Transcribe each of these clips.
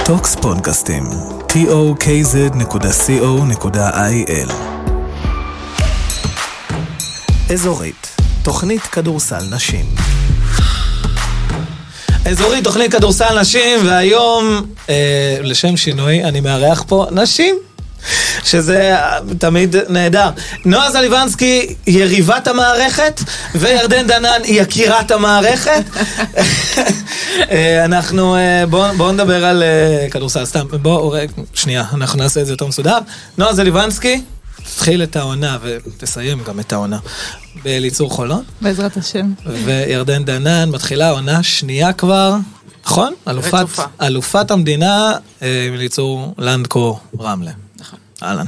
טוקס פודקאסטים, tokz.co.il. אזורית, תוכנית כדורסל נשים. אזורית, תוכנית כדורסל נשים, והיום, לשם שינוי, אני מארח פה נשים, שזה תמיד נהדר. נועה זליבנסקי, יריבת המערכת, וירדן דנן, יקירת המערכת. אנחנו, בואו נדבר על כדורסל, סתם, בואו, שנייה, אנחנו נעשה את זה יותר מסודר. נועה זליבנסקי, תתחיל את העונה ותסיים גם את העונה בליצור חולון. בעזרת השם. וירדן דנן מתחילה עונה שנייה כבר, נכון? אלופת המדינה מליצור לנדקו רמלה. נכון. אהלן.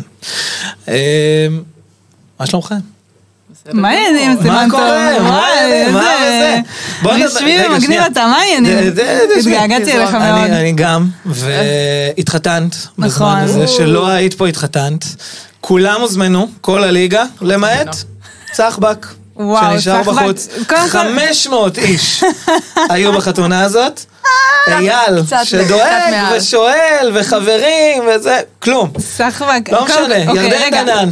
מה שלומכם? מה העניינים? מה קורה? מה זה? רשמי ומגניב אתה, מה העניינים? התגעגעתי אליך מאוד. אני גם, והתחתנת בזמן הזה, שלא היית פה התחתנת. כולם הוזמנו, כל הליגה, למעט צחבק, שנשאר בחוץ. 500 איש היו בחתונה הזאת. אייל, שדואג ושואל וחברים וזה, כלום. צחבק. לא משנה, ירדן דנן.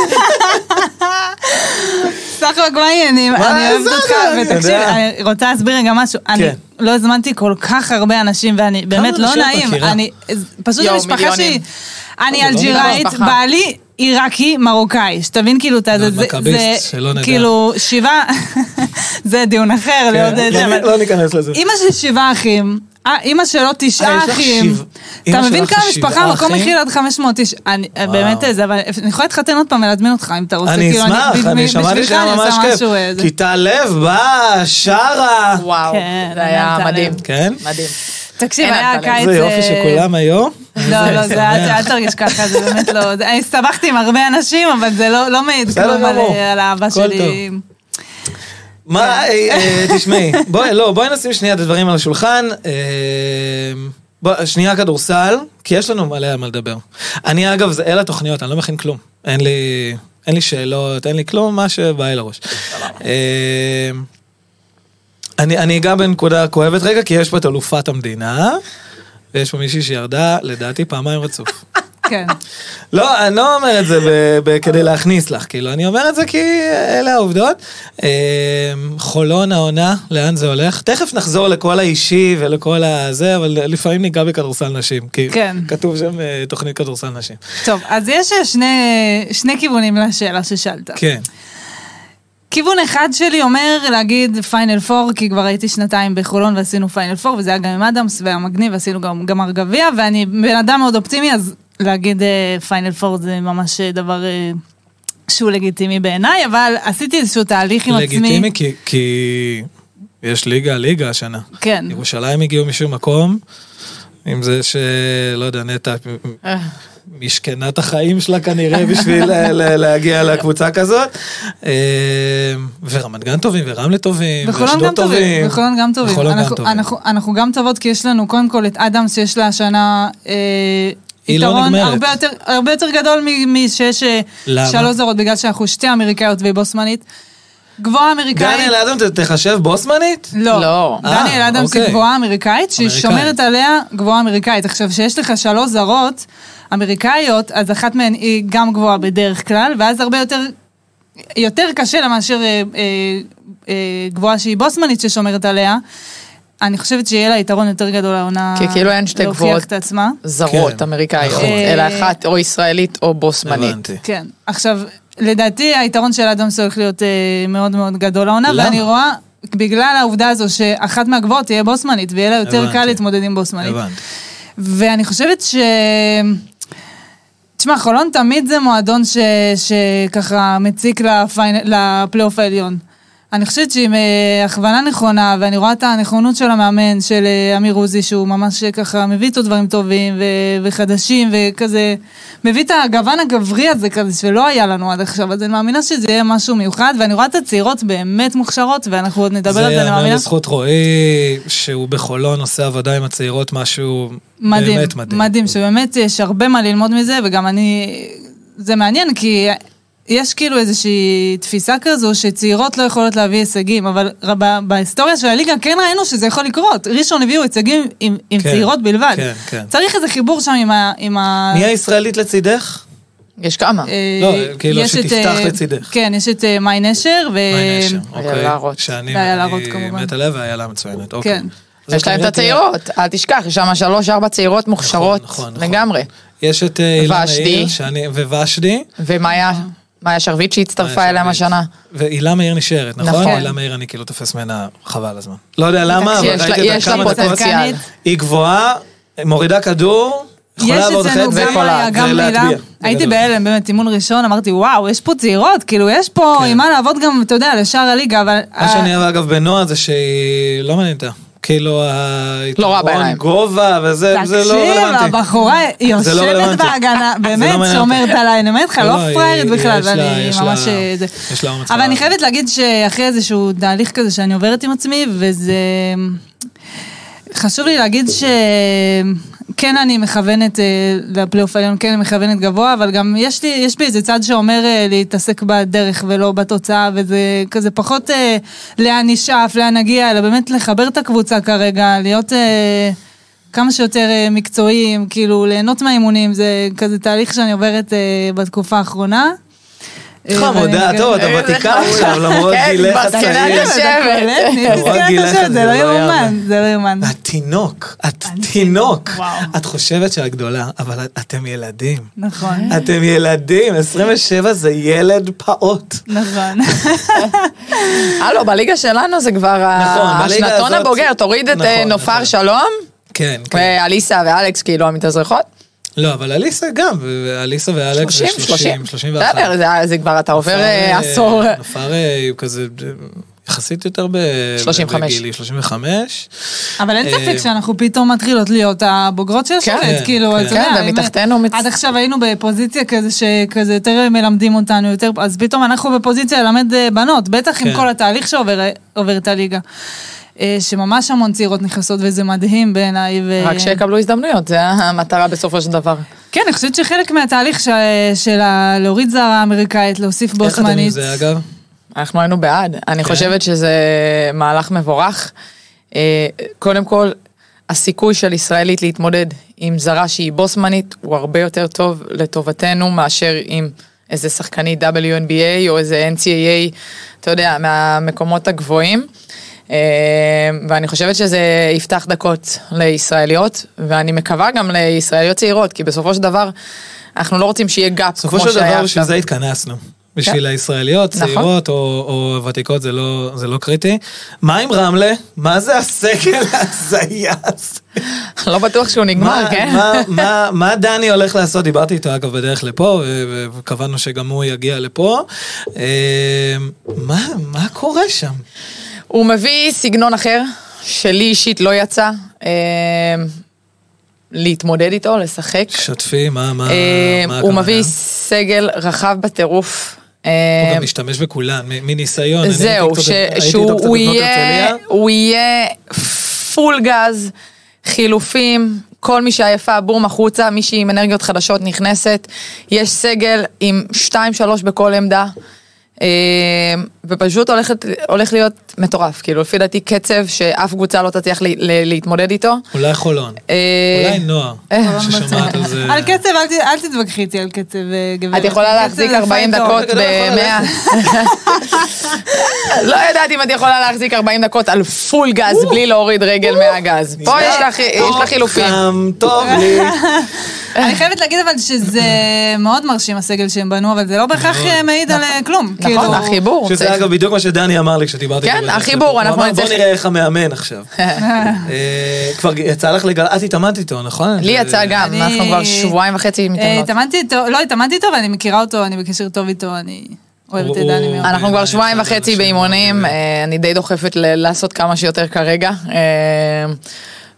צחבק, מה העניינים? אני אוהבת אותך, ותקשיב, אני רוצה להסביר רגע משהו. אני לא הזמנתי כל כך הרבה אנשים, ואני באמת לא נעים. פשוט המשפחה שלי, אני אלג'יראית, בעלי עיראקי מרוקאי, שתבין כאילו, זה כאילו 7, זה דיון אחר, לא ניכנס לזה. אמא שלי 7 אחים, אמא שלו 9 אחים, אתה מבין כמה משפחה, מקום מכיל עד 500 איש, באמת זה, אבל אני יכולה להתחתן עוד פעם ולהזמין אותך אם אתה רוצה, אני אשמח, אני שמעתי שהיה ממש כיף, כיתה לב, שרה, וואו, זה היה מדהים, כן? מדהים. תקשיב, היה קיץ... זה יופי שכולם היום. לא, זה אל תרגיש ככה, זה באמת לא... אני הסתבכתי עם הרבה אנשים, אבל זה לא מעיד כלום על האהבה שלי. מה, תשמעי, בואי נשים שנייה את הדברים על השולחן, שנייה כדורסל, כי יש לנו מלא מה לדבר. אני אגב, אלה התוכניות, אני לא מכין כלום. אין לי שאלות, אין לי כלום, מה שבא אל הראש. אני אגע בנקודה כואבת רגע, כי יש פה את אלופת המדינה, ויש פה מישהי שירדה, לדעתי, פעמיים רצוף. כן. לא, אני לא אומר את זה כדי להכניס לך, כאילו, אני אומר את זה כי אלה העובדות. חולון העונה, לאן זה הולך? תכף נחזור לכל האישי ולכל הזה, אבל לפעמים ניגע בכדורסל נשים, כי כתוב שם תוכנית כדורסל נשים. טוב, אז יש שני כיוונים לשאלה ששאלת. כן. כיוון אחד שלי אומר להגיד פיינל פור, כי כבר הייתי 2 בחולון ועשינו פיינל פור, וזה היה גם עם אדמס והמגניב, ועשינו גם גמר גביע, ואני בן אדם מאוד אופטימי, אז להגיד פיינל פור זה ממש דבר שהוא לגיטימי בעיניי, אבל עשיתי איזשהו תהליך עם עצמי. לגיטימי כי יש ליגה השנה. כן. ירושלים הגיעו משום מקום, עם זה שלא יודע, נטע... משכנת החיים שלה כנראה בשביל להגיע לקבוצה כזאת. ורמת גן טובים, ורמלה טובים, ואשדוד טובים. וחולון גם טובים. אנחנו גם טובות, כי יש לנו קודם כל את אדמס, שיש לה השנה יתרון הרבה יותר גדול משיש 3 זרות, בגלל שאנחנו 2 אמריקאיות והיא בוסמנית. גבוהה אמריקאית. דניאל אדמס תחשב בוסמנית? לא. דניאל אדמס היא גבוהה אמריקאית, שהיא שומרת עליה גבוהה אמריקאית. עכשיו, שיש לך 3 זרות אמריקאיות, אז אחת מהן היא גם גבוהה בדרך כלל, ואז הרבה יותר קשה למאשר גבוהה שהיא בוסמנית ששומרת עליה. אני חושבת שיהיה לה יתרון יותר גדול לעונה כי כאילו אין 2 גבוהות זרות אמריקאיות, אלא אחת או ישראלית או בוסמנית. כן. עכשיו, לדעתי היתרון של אדמס הולך להיות מאוד מאוד גדול לעונה, ואני רואה, בגלל העובדה הזו שאחת מהגבוהות תהיה בוסמנית, ויהיה לה יותר קל להתמודד עם בוסמנית. ואני חושבת תשמע, חולון תמיד זה מועדון שככה מציק לפלייאוף העליון. אני חושבת שהיא הכוונה נכונה, ואני רואה את הנכונות של המאמן, של אמיר עוזי, שהוא ממש ככה מביא איתו דברים טובים וחדשים, וכזה, מביא את הגוון הגברי הזה כזה, שלא היה לנו עד עכשיו, אז אני מאמינה שזה יהיה משהו מיוחד, ואני רואה את הצעירות באמת מוכשרות, ואנחנו עוד נדבר על זה, אני מאמינה. זה לזכות רועי, שהוא בחולון עושה עבודה עם הצעירות, משהו באמת מדהים. מדהים, שבאמת יש הרבה מה ללמוד מזה, וגם זה מעניין, כי יש כאילו איזושהי תפיסה כזו שצעירות לא יכולות להביא הישגים, אבל בהיסטוריה של הליגה כן ראינו שזה יכול לקרות. ראשון הביאו הישגים עם צעירות בלבד. צריך איזה חיבור שם עם ה... מי הישראלית לצידך? יש כמה. לא, כאילו שתפתח לצידך. כן, יש את מאי נשר ואיילה רוט. שאני כמובן. מת עליה ואיילה מצוינת. כן. יש להם את הצעירות, אל תשכח, יש שם 3-4 צעירות מוכשרות לגמרי. יש את הילה מאיר וושדי. ומאיה שרביט שהצטרפה אליהם השנה. והילה מאיר נשארת, נכון? הילה מאיר אני כאילו תופס ממנה חבל הזמן. לא יודע למה, אבל ראיתי את כמה דקות. היא גבוהה, מורידה כדור, יכולה לעבוד חד ולהטביע. הייתי בהלם, באמת, אימון ראשון, אמרתי, וואו, יש פה צעירות, כאילו, יש פה עם מה לעבוד גם, אתה יודע, לשאר הליגה, אבל... מה שאני אוהב, אגב, בנועה זה שהיא לא מעניינת. כאילו, היתרון, גובה, וזה לא רלוונטי. תקשיב, הבחורה, היא יושבת בהגנה, באמת שומרת עליי, אני אומרת לך, לא פריירית בכלל, ואני ממש... אבל אני חייבת להגיד שאחרי איזשהו תהליך כזה שאני עוברת עם עצמי, וזה... חשוב לי להגיד כן אני מכוונת לפלייאוף העליון, כן אני מכוונת גבוה, אבל גם יש בי איזה צד שאומר להתעסק בדרך ולא בתוצאה, וזה כזה פחות לאן נשאף, לאן נגיע, אלא באמת לחבר את הקבוצה כרגע, להיות כמה שיותר מקצועיים, כאילו ליהנות מהאימונים, זה כזה תהליך שאני עוברת בתקופה האחרונה. חמודה, טוב, אתה ותיקה עכשיו, למרות גילך הצעיר. למרות גילך זה לא יאומן, זה לא יאומן. את תינוק. את חושבת שאת גדולה, אבל אתם ילדים. נכון. אתם ילדים, 27 זה ילד פעוט. נכון. הלו, בליגה שלנו זה כבר השנתון הבוגר, תוריד את נופר שלום. כן. ואליסה ואלכס כאילו המתאזרחות. לא, אבל אליסה גם, ואליסה ואלכס זה 30, 31. זה כבר, אתה עובר עשור. נופר הוא כזה, יחסית יותר 35. בגילי, 35. אבל אין ספק שאנחנו פתאום מתחילות להיות הבוגרות של השולט, כאילו, אתה יודע. כן, ומתחתנו. עד עכשיו היינו בפוזיציה כזה, שכזה יותר מלמדים אותנו יותר, אז פתאום אנחנו בפוזיציה ללמד בנות, בטח עם כל התהליך שעובר את הליגה. שממש המון צעירות נכנסות, וזה מדהים בעיניי. רק שיקבלו הזדמנויות, זה המטרה בסופו של דבר. כן, אני חושבת שחלק מהתהליך של להוריד זרה אמריקאית, להוסיף בו זמנית. איך אתם עם זה, אגב? אנחנו היינו בעד. אני חושבת שזה מהלך מבורך. קודם כל, הסיכוי של ישראלית להתמודד עם זרה שהיא בוסמנית, הוא הרבה יותר טוב לטובתנו, מאשר עם איזה שחקנית WNBA, או איזה NCAA, אתה יודע, מהמקומות הגבוהים. ואני חושבת שזה יפתח דקות לישראליות, ואני מקווה גם לישראליות צעירות, כי בסופו של דבר, אנחנו לא רוצים שיהיה גאפ כמו שהיה עכשיו. בסופו של דבר, בשביל זה התכנסנו. בשביל הישראליות, צעירות או ותיקות, זה לא קריטי. מה עם רמלה? מה זה הסגל הזייס? לא בטוח שהוא נגמר, כן? מה דני הולך לעשות? דיברתי איתו אגב בדרך לפה, וקבענו שגם הוא יגיע לפה. מה קורה שם? הוא מביא סגנון אחר, שלי אישית לא יצא, להתמודד איתו, לשחק. שתפי, מה הוא מביא סגל רחב בטירוף. הוא גם משתמש בכולן, מניסיון. זהו, שהוא יהיה פול גז, חילופים, כל מי שעייפה, בום החוצה, מי שהיא עם אנרגיות חדשות נכנסת, יש סגל עם 2-3 בכל עמדה, ופשוט הולך להיות מטורף, כאילו לפי דעתי קצב שאף קבוצה לא תצליח להתמודד איתו. אולי חולון, אולי נוער, ששומעת על זה. על קצב, אל תתווכחי איתי על קצב, גברת. את יכולה להחזיק 40 דקות ב-100. לא יודעת אם את יכולה להחזיק 40 דקות על פול גז, בלי להוריד רגל מהגז. פה יש לה חילופים. טוב לי. אני חייבת להגיד אבל שזה מאוד מרשים הסגל שהם בנו, אבל זה לא בהכרח מעיד על כלום. נכון, החיבור. שזה אגב בדיוק מה שדני אמר לי כשדיברתי. כן, החיבור, אנחנו נצטרך. בוא נראה איך המאמן עכשיו. כבר יצא לך לגלל, את התאמנת איתו, נכון? לי יצא גם, אנחנו כבר 2.5 מתאמנות. התאמנתי איתו ואני מכירה אותו, אני בקשר טוב איתו, אני אוהבת את דני מאוד. אנחנו כבר 2.5 באימונים, אני די דוחפת לעשות כמה שיותר כרגע.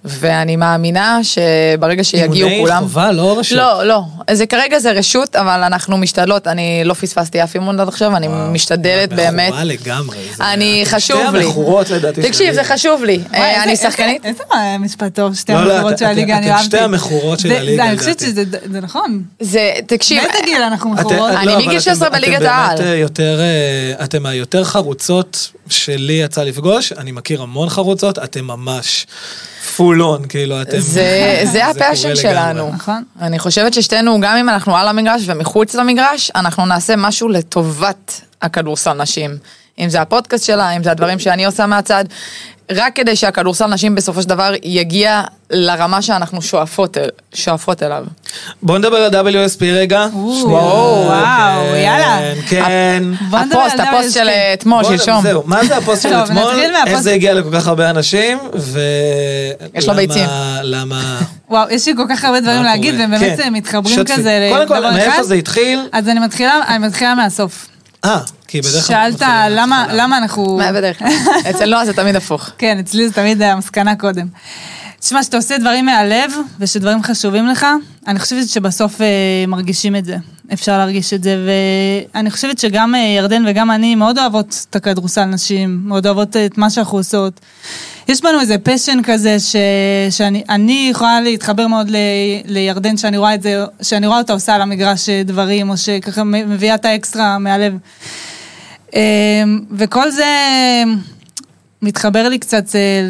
ואני מאמינה שברגע שיגיעו כולם... אימוני חובה, לא רשות. לא. כרגע זה רשות, אבל אנחנו משתדלות, אני לא פספסתי אף אימון עד עכשיו, אני משתדלת באמת. בחורה לגמרי. חשוב לי. שתי המחורות לדעתי. תקשיב, זה חשוב לי. אני שחקנית. איזה משפט טוב, שתי המחורות של הליגה, אני אוהבתי. שתי המחורות של הליגה, אני חושבת שזה נכון. תקשיב. מאיזה גיל אנחנו מחורות? אני מגיל 16 בליגת העל. אתם היותר חרוצות שלי יצא לפגוש, אני מכיר המון חרוצות, אתם ממש פולון, כאילו אתם... זה הפאשן שלנו. אני חושבת ששתינו, גם אם אנחנו על המגרש ומחוץ למגרש, אנחנו נעשה משהו לטובת הכדורסל נשים. אם זה הפודקאסט שלה, אם זה הדברים שאני עושה מהצד, רק כדי שהכדורסל נשים בסופו של דבר יגיע לרמה שאנחנו שואפות אליו. בוא נדבר על WSP רגע. וואו, יאללה. כן. הפוסט של אתמול, שלשום. זהו, מה זה הפוסט של אתמול? איך זה הגיע לכל כך הרבה אנשים? יש לו ביצים. למה... וואו, יש לי כל כך הרבה דברים להגיד, והם באמת מתחברים כזה קודם כל, מאיפה זה התחיל? אז אני מתחילה מהסוף. כי בדרך כלל... שאלת למה אנחנו... בדרך כלל. אצל נועה זה תמיד הפוך. כן, אצלי זה תמיד המסקנה קודם. תשמע, שאתה עושה דברים מהלב, ושדברים חשובים לך, אני חושבת שבסוף מרגישים את זה. אפשר להרגיש את זה, ואני חושבת שגם ירדן וגם אני מאוד אוהבות את הכדורסל נשים, מאוד אוהבות את מה שאנחנו עושות. יש בנו איזה פשן כזה, שאני יכולה להתחבר מאוד לירדן, שאני רואה אותה עושה על המגרש דברים, או שככה מביאה את האקסטרה מהלב. וכל זה מתחבר לי קצת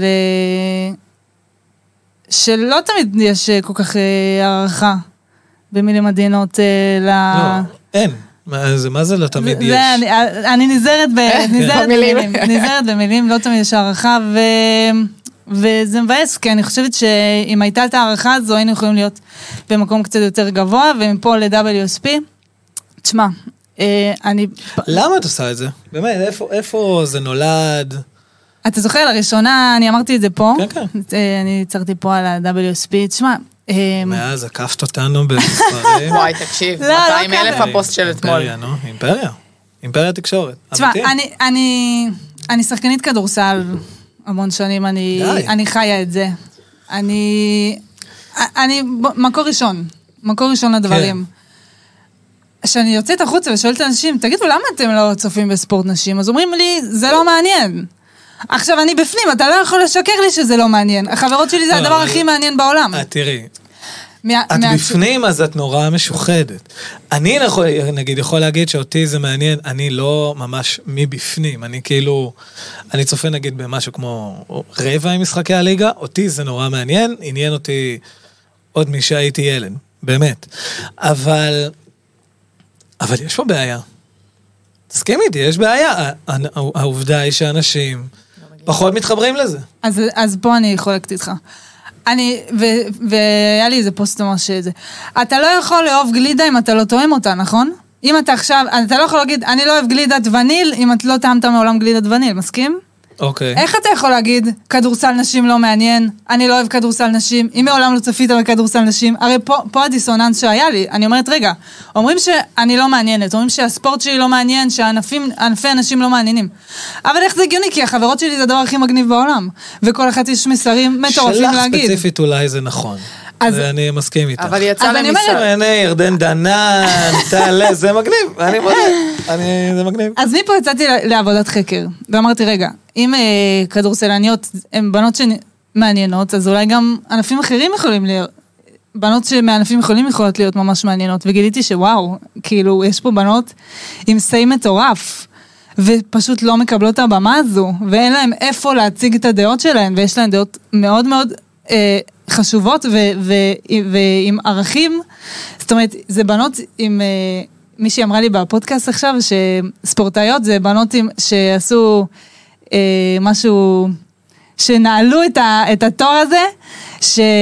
שלא תמיד יש כל כך הערכה במילים עדינות אין. מה זה לא תמיד יש? אני נזהרת במילים, לא תמיד יש הערכה, וזה מבאס, כי אני חושבת שאם הייתה את הערכה הזו, היינו יכולים להיות במקום קצת יותר גבוה, ומפה ל-WSP, תשמע, למה את עושה את זה? באמת, איפה זה נולד? אתה זוכר, לראשונה, אני אמרתי את זה פה, כן. אני יצרתי פה על ה-WSP, תשמע, מאז עקפת אותנו במספרים. וואי, תקשיב, 200,000 הפוסט של אתמול. אימפריה תקשורת. תשמע, אני שחקנית כדורסל המון שנים, אני חיה את זה. אני מקור ראשון לדברים. כשאני יוצאת החוצה ושואלת אנשים, תגידו, למה אתם לא צופים בספורט נשים? אז אומרים לי, זה לא מעניין. עכשיו, אני בפנים, אתה לא יכול לשקר לי שזה לא מעניין. החברות שלי זה הדבר הכי מעניין בעולם. תראי, את בפנים, אז את נורא משוחדת. אני נגיד יכול להגיד שאותי זה מעניין, אני לא ממש מבפנים, אני כאילו, אני צופה נגיד במשהו כמו רבע עם משחקי הליגה, אותי זה נורא מעניין, עניין אותי עוד מי שהייתי ילד, באמת. אבל יש פה בעיה. תסכים איתי, יש בעיה. העובדה היא שאנשים פחות מתחברים לזה. אז פה אני חולקת איתך. והיה לי איזה פוסט ממש שזה. אתה לא יכול לאהוב גלידה אם אתה לא תואם אותה, נכון? אם אתה עכשיו, אתה לא יכול להגיד, אני לא אוהב גלידת וניל, אם אתה לא טעמת מעולם גלידת וניל, מסכים? אוקיי. איך אתה יכול להגיד, כדורסל נשים לא מעניין, אני לא אוהב כדורסל נשים, אם מעולם לא צפית בכדורסל נשים, הרי פה הדיסוננס שהיה לי, אני אומרת, רגע, אומרים שאני לא מעניינת, אומרים שהספורט שלי לא מעניין, שענפי אנשים לא מעניינים. אבל איך זה הגיוני? כי החברות שלי זה הדבר הכי מגניב בעולם, וכל אחת יש מסרים מטורפים להגיד. שלך ספציפית אולי זה נכון. ואני מסכים איתך. אבל יצא למסר. ירדן דנן, תעלה, זה מגניב, אני מודה, זה מגניב. אז מפה יצאתי לעבודת חקר, ואמרתי, רגע, אם כדורסלניות הן בנות שמעניינות, אז אולי גם ענפים אחרים יכולים להיות, בנות שמענפים יכולות להיות ממש מעניינות, וגיליתי שוואו, כאילו, יש פה בנות עם סי מטורף, ופשוט לא מקבלות את הבמה הזו, ואין להם איפה להציג את הדעות שלהן, ויש להן דעות מאוד מאוד חשובות ועם ערכים, זאת אומרת, זה בנות עם, מישהי אמרה לי בפודקאסט עכשיו, שספורטאיות זה בנות שעשו משהו, שנעלו את התואר הזה,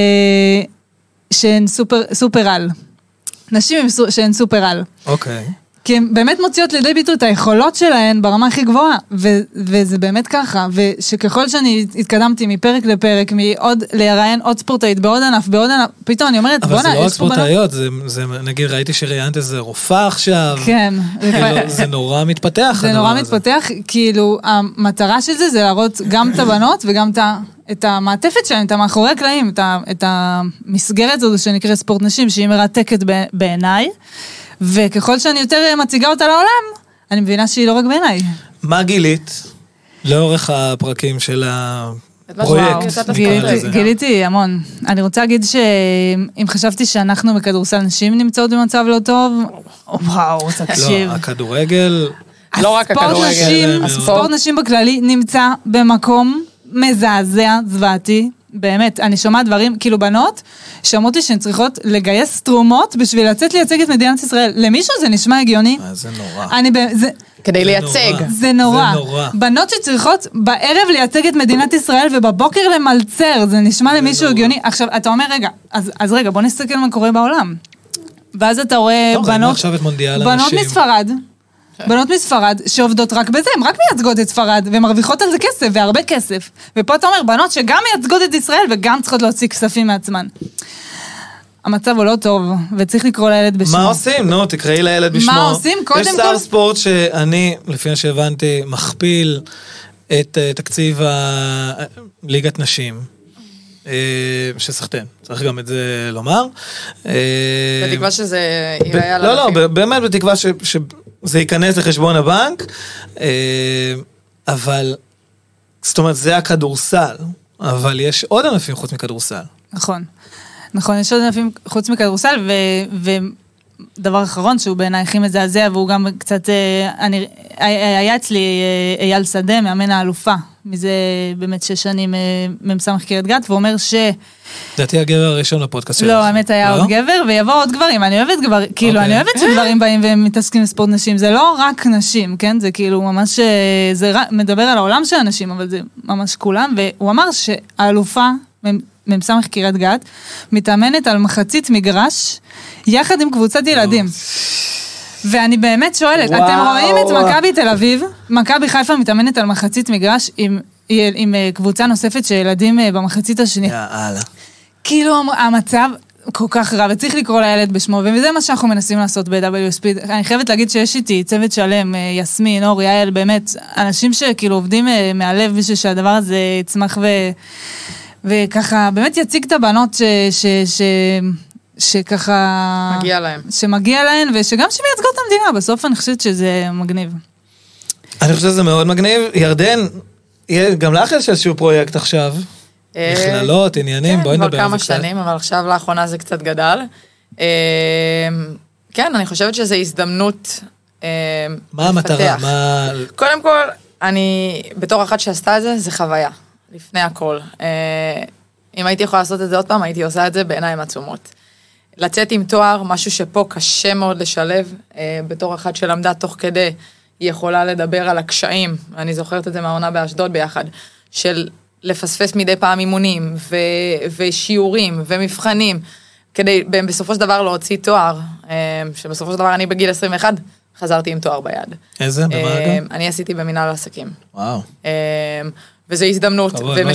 שהן סופר על. נשים שהן סופר על. אוקיי. כי הן באמת מוציאות לידי ביטוי את היכולות שלהן ברמה הכי גבוהה, וזה באמת ככה, ושככל שאני התקדמתי מפרק לפרק, מעוד להיראיין עוד ספורטאית, בעוד ענף, פתאום אני אומרת, אבל זה לא רק ספורטאיות, נגיד ראיתי שראיינת איזה רופאה עכשיו, כן. זה נורא מתפתח. זה נורא מתפתח, כאילו המטרה של זה להראות גם את הבנות וגם את המעטפת שלהם, את המאחורי הקלעים, את המסגרת הזו שנקרא ספורט נשים, שהיא מרתקת בעיניי, וככל שאני יותר מציגה אותה לעולם, אני מבינה שהיא לא רק בעיניי. מה גילית לאורך הפרקים של הפרויקט? גיליתי המון. אני רוצה להגיד שאם חשבתי שאנחנו בכדורסל נשים נמצאות במצב לא טוב, וואו, תקשיב. לא, הכדורגל... לא רק הכדורגל. הספורט נשים בכללי נמצא במקום מזעזע, זוועתי. באמת, אני שומעת דברים, כאילו בנות, שאמרו לי שהן צריכות לגייס תרומות בשביל לצאת לייצג את מדינת ישראל. למישהו זה נשמע הגיוני? זה נורא. כדי לייצג. זה נורא. בנות שצריכות בערב לייצג את מדינת ישראל ובבוקר למלצר, זה נשמע למישהו הגיוני. עכשיו, אתה אומר, רגע, אז רגע, בוא נסתכל מה קורה בעולם. ואז אתה רואה בנות מספרד שעובדות רק בזה, הן רק מייצגות את ספרד, ומרוויחות על זה כסף, והרבה כסף. ופה אתה אומר, בנות שגם מייצגות את ישראל, וגם צריכות להוציא כספים מעצמן. המצב הוא לא טוב, וצריך לקרוא לילד בשמו. מה עושים? נו, תקראי לילד בשמו. מה עושים? קודם כל... יש שר ספורט שאני, לפי מה שהבנתי, מכפיל את תקציב ליגת נשים. שסחטן, צריך גם את זה לומר. בתקווה שזה ייראה על הלכים. לא, באמת בתקווה שזה ייכנס לחשבון הבנק, אבל, זאת אומרת, זה הכדורסל, אבל יש עוד ענפים חוץ מכדורסל. נכון, יש עוד ענפים חוץ מכדורסל, ודבר אחרון שהוא בעיניי הכי מזעזע, והוא גם קצת, היה אצלי אייל שדה, מאמן האלופה, מזה באמת 6 שנים ממסמך קריית גת, ואומר דעתי הגבר הראשון לפודקאסט שלך. לא, האמת היה עוד גבר, ויבוא עוד גברים, אני אוהבת גבר, כאילו, אני אוהבת שגברים באים ומתעסקים בספורט נשים, זה לא רק נשים, כן? זה כאילו ממש, זה מדבר על העולם של הנשים, אבל זה ממש כולם, והוא אמר שהאלופה, ממסמך קריית גת, מתאמנת על מחצית מגרש, יחד עם קבוצת ילדים. ואני באמת שואלת, אתם רואים את מכבי תל אביב, מכבי חיפה מתאמנת על מחצית מגרש עם קבוצה נוספת של ילדים במחצית השנייה. יאללה. כאילו המצב כל כך רע, וצריך לקרוא לילד בשמו, וזה מה שאנחנו מנסים לעשות ב-WSP. אני חייבת להגיד שיש איתי צוות שלם, יסמין, אור, יעל, באמת, אנשים שכאילו עובדים מהלב בשביל שהדבר הזה יצמח וככה, באמת יציג את הבנות שככה... מגיע להם. שמגיע להם, ושגם שמייצגות את המדינה, בסוף אני חושבת שזה מגניב. אני חושבת שזה מאוד מגניב. ירדן, גם לך יש איזשהו פרויקט עכשיו, מכללות, עניינים, בואי נדבר על זה קצת. כן, כבר כמה שנים, אבל עכשיו לאחרונה זה קצת גדל. כן, אני חושבת שזו הזדמנות מה המטרה? קודם כל, אני, בתור אחת שעשתה את זה, זה חוויה. לפני הכל. אם הייתי יכולה לעשות את זה עוד פעם, הייתי עושה את זה בעיניים עצומות. לצאת עם תואר, משהו שפה קשה מאוד לשלב, בתור אחת שלמדה תוך כדי, היא יכולה לדבר על הקשיים, אני זוכרת את זה מהעונה באשדוד ביחד, של לפספס מדי פעם אימונים, ושיעורים, ומבחנים, כדי בסופו של דבר להוציא תואר, שבסופו של דבר אני בגיל 21, חזרתי עם תואר ביד. איזה? במה אגב? אני עשיתי במנהל עסקים. וואו. וזו הזדמנות,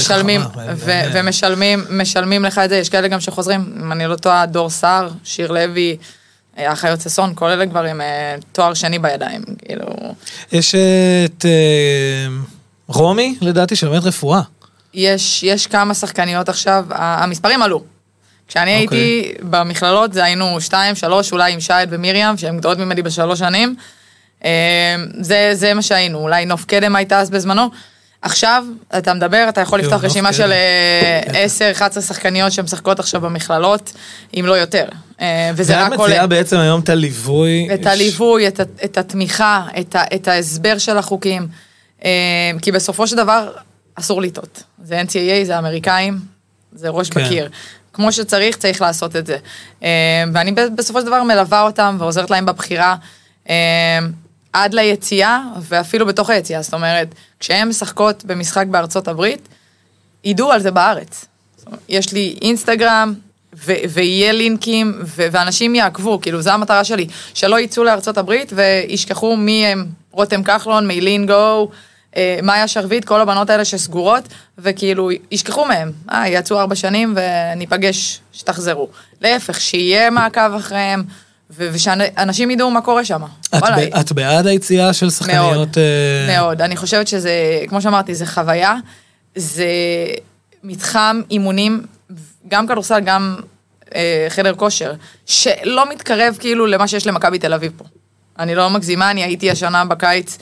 ומשלמים לך את זה, יש כאלה גם שחוזרים, אם אני לא טועה, דור סער, שיר לוי, אחיות ססון, כל אלה כבר עם תואר שני בידיים, כאילו... יש את רומי, לדעתי, שלומדת רפואה. יש כמה שחקניות עכשיו, המספרים עלו. כשאני הייתי במכללות, זה היינו 2, 3, אולי עם שייד ומיריאם, שהן גדולות ממני ב3 שנים. זה מה שהיינו, אולי נוף קדם הייתה אז בזמנו. עכשיו, אתה מדבר, אתה יכול לפתוח רשימה של 10-11 שחקניות שמשחקות עכשיו במכללות, אם לא יותר. וזה רק עולה. מציעה בעצם היום את הליווי. את הליווי, את התמיכה, את ההסבר של החוקים. כי בסופו של דבר, אסור לטעות. זה NCAA, זה אמריקאים, זה ראש בקיר. כמו שצריך, צריך לעשות את זה. ואני בסופו של דבר מלווה אותם ועוזרת להם בבחירה. עד ליציאה, ואפילו בתוך היציאה, זאת אומרת, כשהן משחקות במשחק בארצות הברית, ידעו על זה בארץ. יש לי אינסטגרם, ויהיה לינקים, ואנשים יעקבו, כאילו, זו המטרה שלי, שלא יצאו לארצות הברית, וישכחו מי הם רותם כחלון, מיילין גו, מאיה שרבית, כל הבנות האלה שסגורות, וכאילו, ישכחו מהם, יצאו 4 שנים, וניפגש שתחזרו. להפך, שיהיה מעקב אחריהם, ושאנשים ידעו מה קורה שם. את בעד היציאה של שחקניות? מאוד, אני חושבת שזה, כמו שאמרתי, זה חוויה, זה מתחם אימונים, גם כדורסל, גם חדר כושר, שלא מתקרב כאילו למה שיש למכבי תל אביב פה. אני לא מגזימה, אני הייתי השנה בקיץ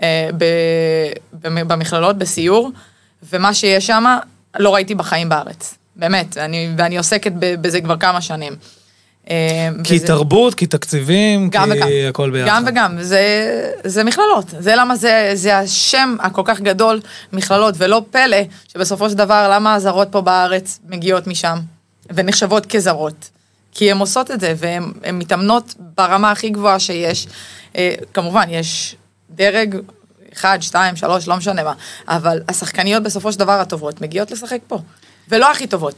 במכללות, בסיור, ומה שיש שם לא ראיתי בחיים בארץ. באמת, ואני עוסקת בזה כבר כמה שנים. כי תרבות, כי תקציבים, כי הכל ביחד. גם וגם, זה מכללות. זה למה זה השם הכל כך גדול, מכללות, ולא פלא שבסופו של דבר למה הזרות פה בארץ מגיעות משם, ונחשבות כזרות. כי הן עושות את זה, והן מתאמנות ברמה הכי גבוהה שיש. כמובן, יש דרג 1, 2, 3, לא משנה מה, אבל השחקניות בסופו של דבר הטובות מגיעות לשחק פה, ולא הכי טובות.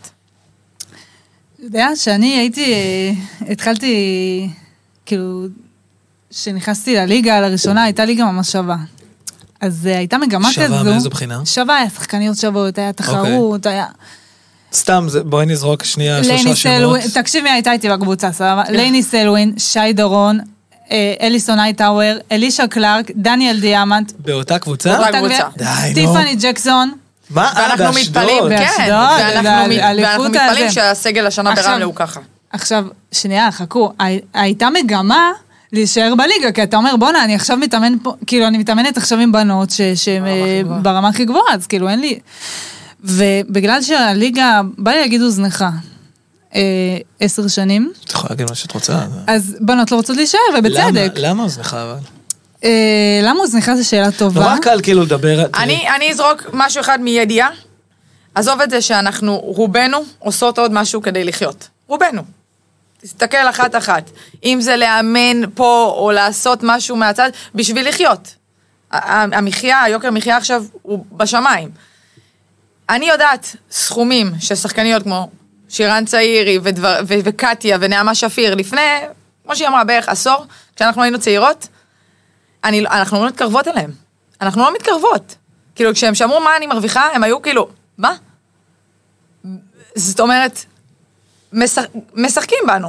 יודע שאני התחלתי, כאילו, שנכנסתי לליגה לראשונה, הייתה ליגה ממש שווה. אז הייתה מגמה כזו. שווה מאיזו בחינה? שווה, היה שחקניות שוות, היה תחרות, היה... סתם, בואי נזרוק שנייה 3 שמות. תקשיב מי הייתה איתי בקבוצה, סבבה? לייני סלווין, שי דורון, אליסון הייטאוור, אלישה קלארק, דניאל דיאמנט. באותה קבוצה? באותה קבוצה. טיפני ג'קסון. מה? ואנחנו מתפלים, כן. ואנחנו מתפלים שהסגל השנה ברמלה הוא ככה. עכשיו, שנייה, חכו, הייתה מגמה להישאר בליגה, כי אתה אומר, בונה, אני עכשיו מתאמן פה, כאילו, אני מתאמנת עכשיו עם בנות שהן ברמה הכי גבוהה, אז כאילו, אין לי... ובגלל שהליגה, בא לי להגיד הוזנחה, 10 שנים. את יכולה להגיד מה שאת רוצה. אז בנות לא רוצות להישאר, ובצדק. למה הוזנחה אבל? למה הוזנחה זו שאלה טובה? נורא קל כאילו לדבר... אני אזרוק משהו אחד מידיעה, עזוב את זה שאנחנו, רובנו, עושות עוד משהו כדי לחיות. רובנו. תסתכל אחת. אם זה לאמן פה, או לעשות משהו מהצד, בשביל לחיות. המחיה, היוקר מחיה עכשיו, הוא בשמיים. אני יודעת סכומים של שחקניות כמו שירן צעירי וקטיה ונעמה שפיר לפני, כמו שהיא אמרה, בערך עשור, כשאנחנו היינו צעירות, אנחנו לא מתקרבות אליהם. אנחנו לא מתקרבות. כאילו, כשהם שמעו מה אני מרוויחה, הם היו כאילו, מה? זאת אומרת, משחקים בנו.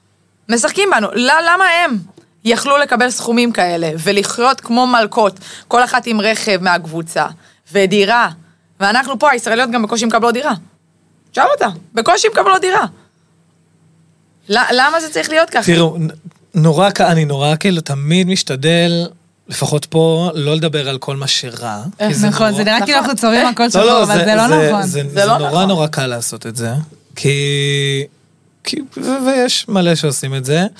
למה הם יכלו לקבל סכומים כאלה, ולחיות כמו מלכות, כל אחת עם רכב מהקבוצה, ודירה, ואנחנו פה, הישראליות גם בקושי מקבלות דירה. שאל אותה, בקושי מקבלות דירה. למה זה צריך להיות ככה? תראו, אני נורא כאילו תמיד משתדל, לפחות פה, לא לדבר על כל מה שרע. נכון, זה נראה כאילו אנחנו צוררים הכל שחור, אבל זה לא נכון. זה נורא קל לעשות את זה, ויש מלא שעושים את זה,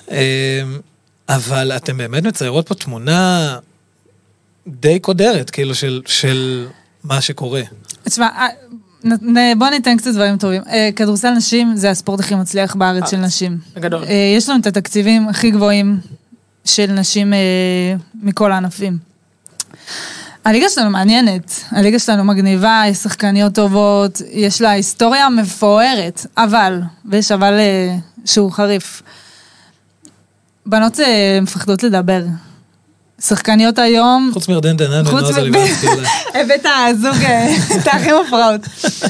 אבל אתם באמת מציירות פה תמונה די קודרת, כאילו של מה שקורה. תשמע, בוא ניתן קצת דברים טובים. כדורסל נשים זה הספורט הכי מצליח בארץ של נשים. בגדול. יש לנו את התקציבים הכי גבוהים של נשים מכל הענפים. הליגה שלנו מעניינת, הליגה שלנו מגניבה, יש שחקניות טובות, יש לה היסטוריה מפוארת, ויש אבל שהוא חריף. בנות מפחדות לדבר. שחקניות היום... חוץ מירדן דנן ונועז אליבנסקי. הבאת הזוג, את הכי מופרעות.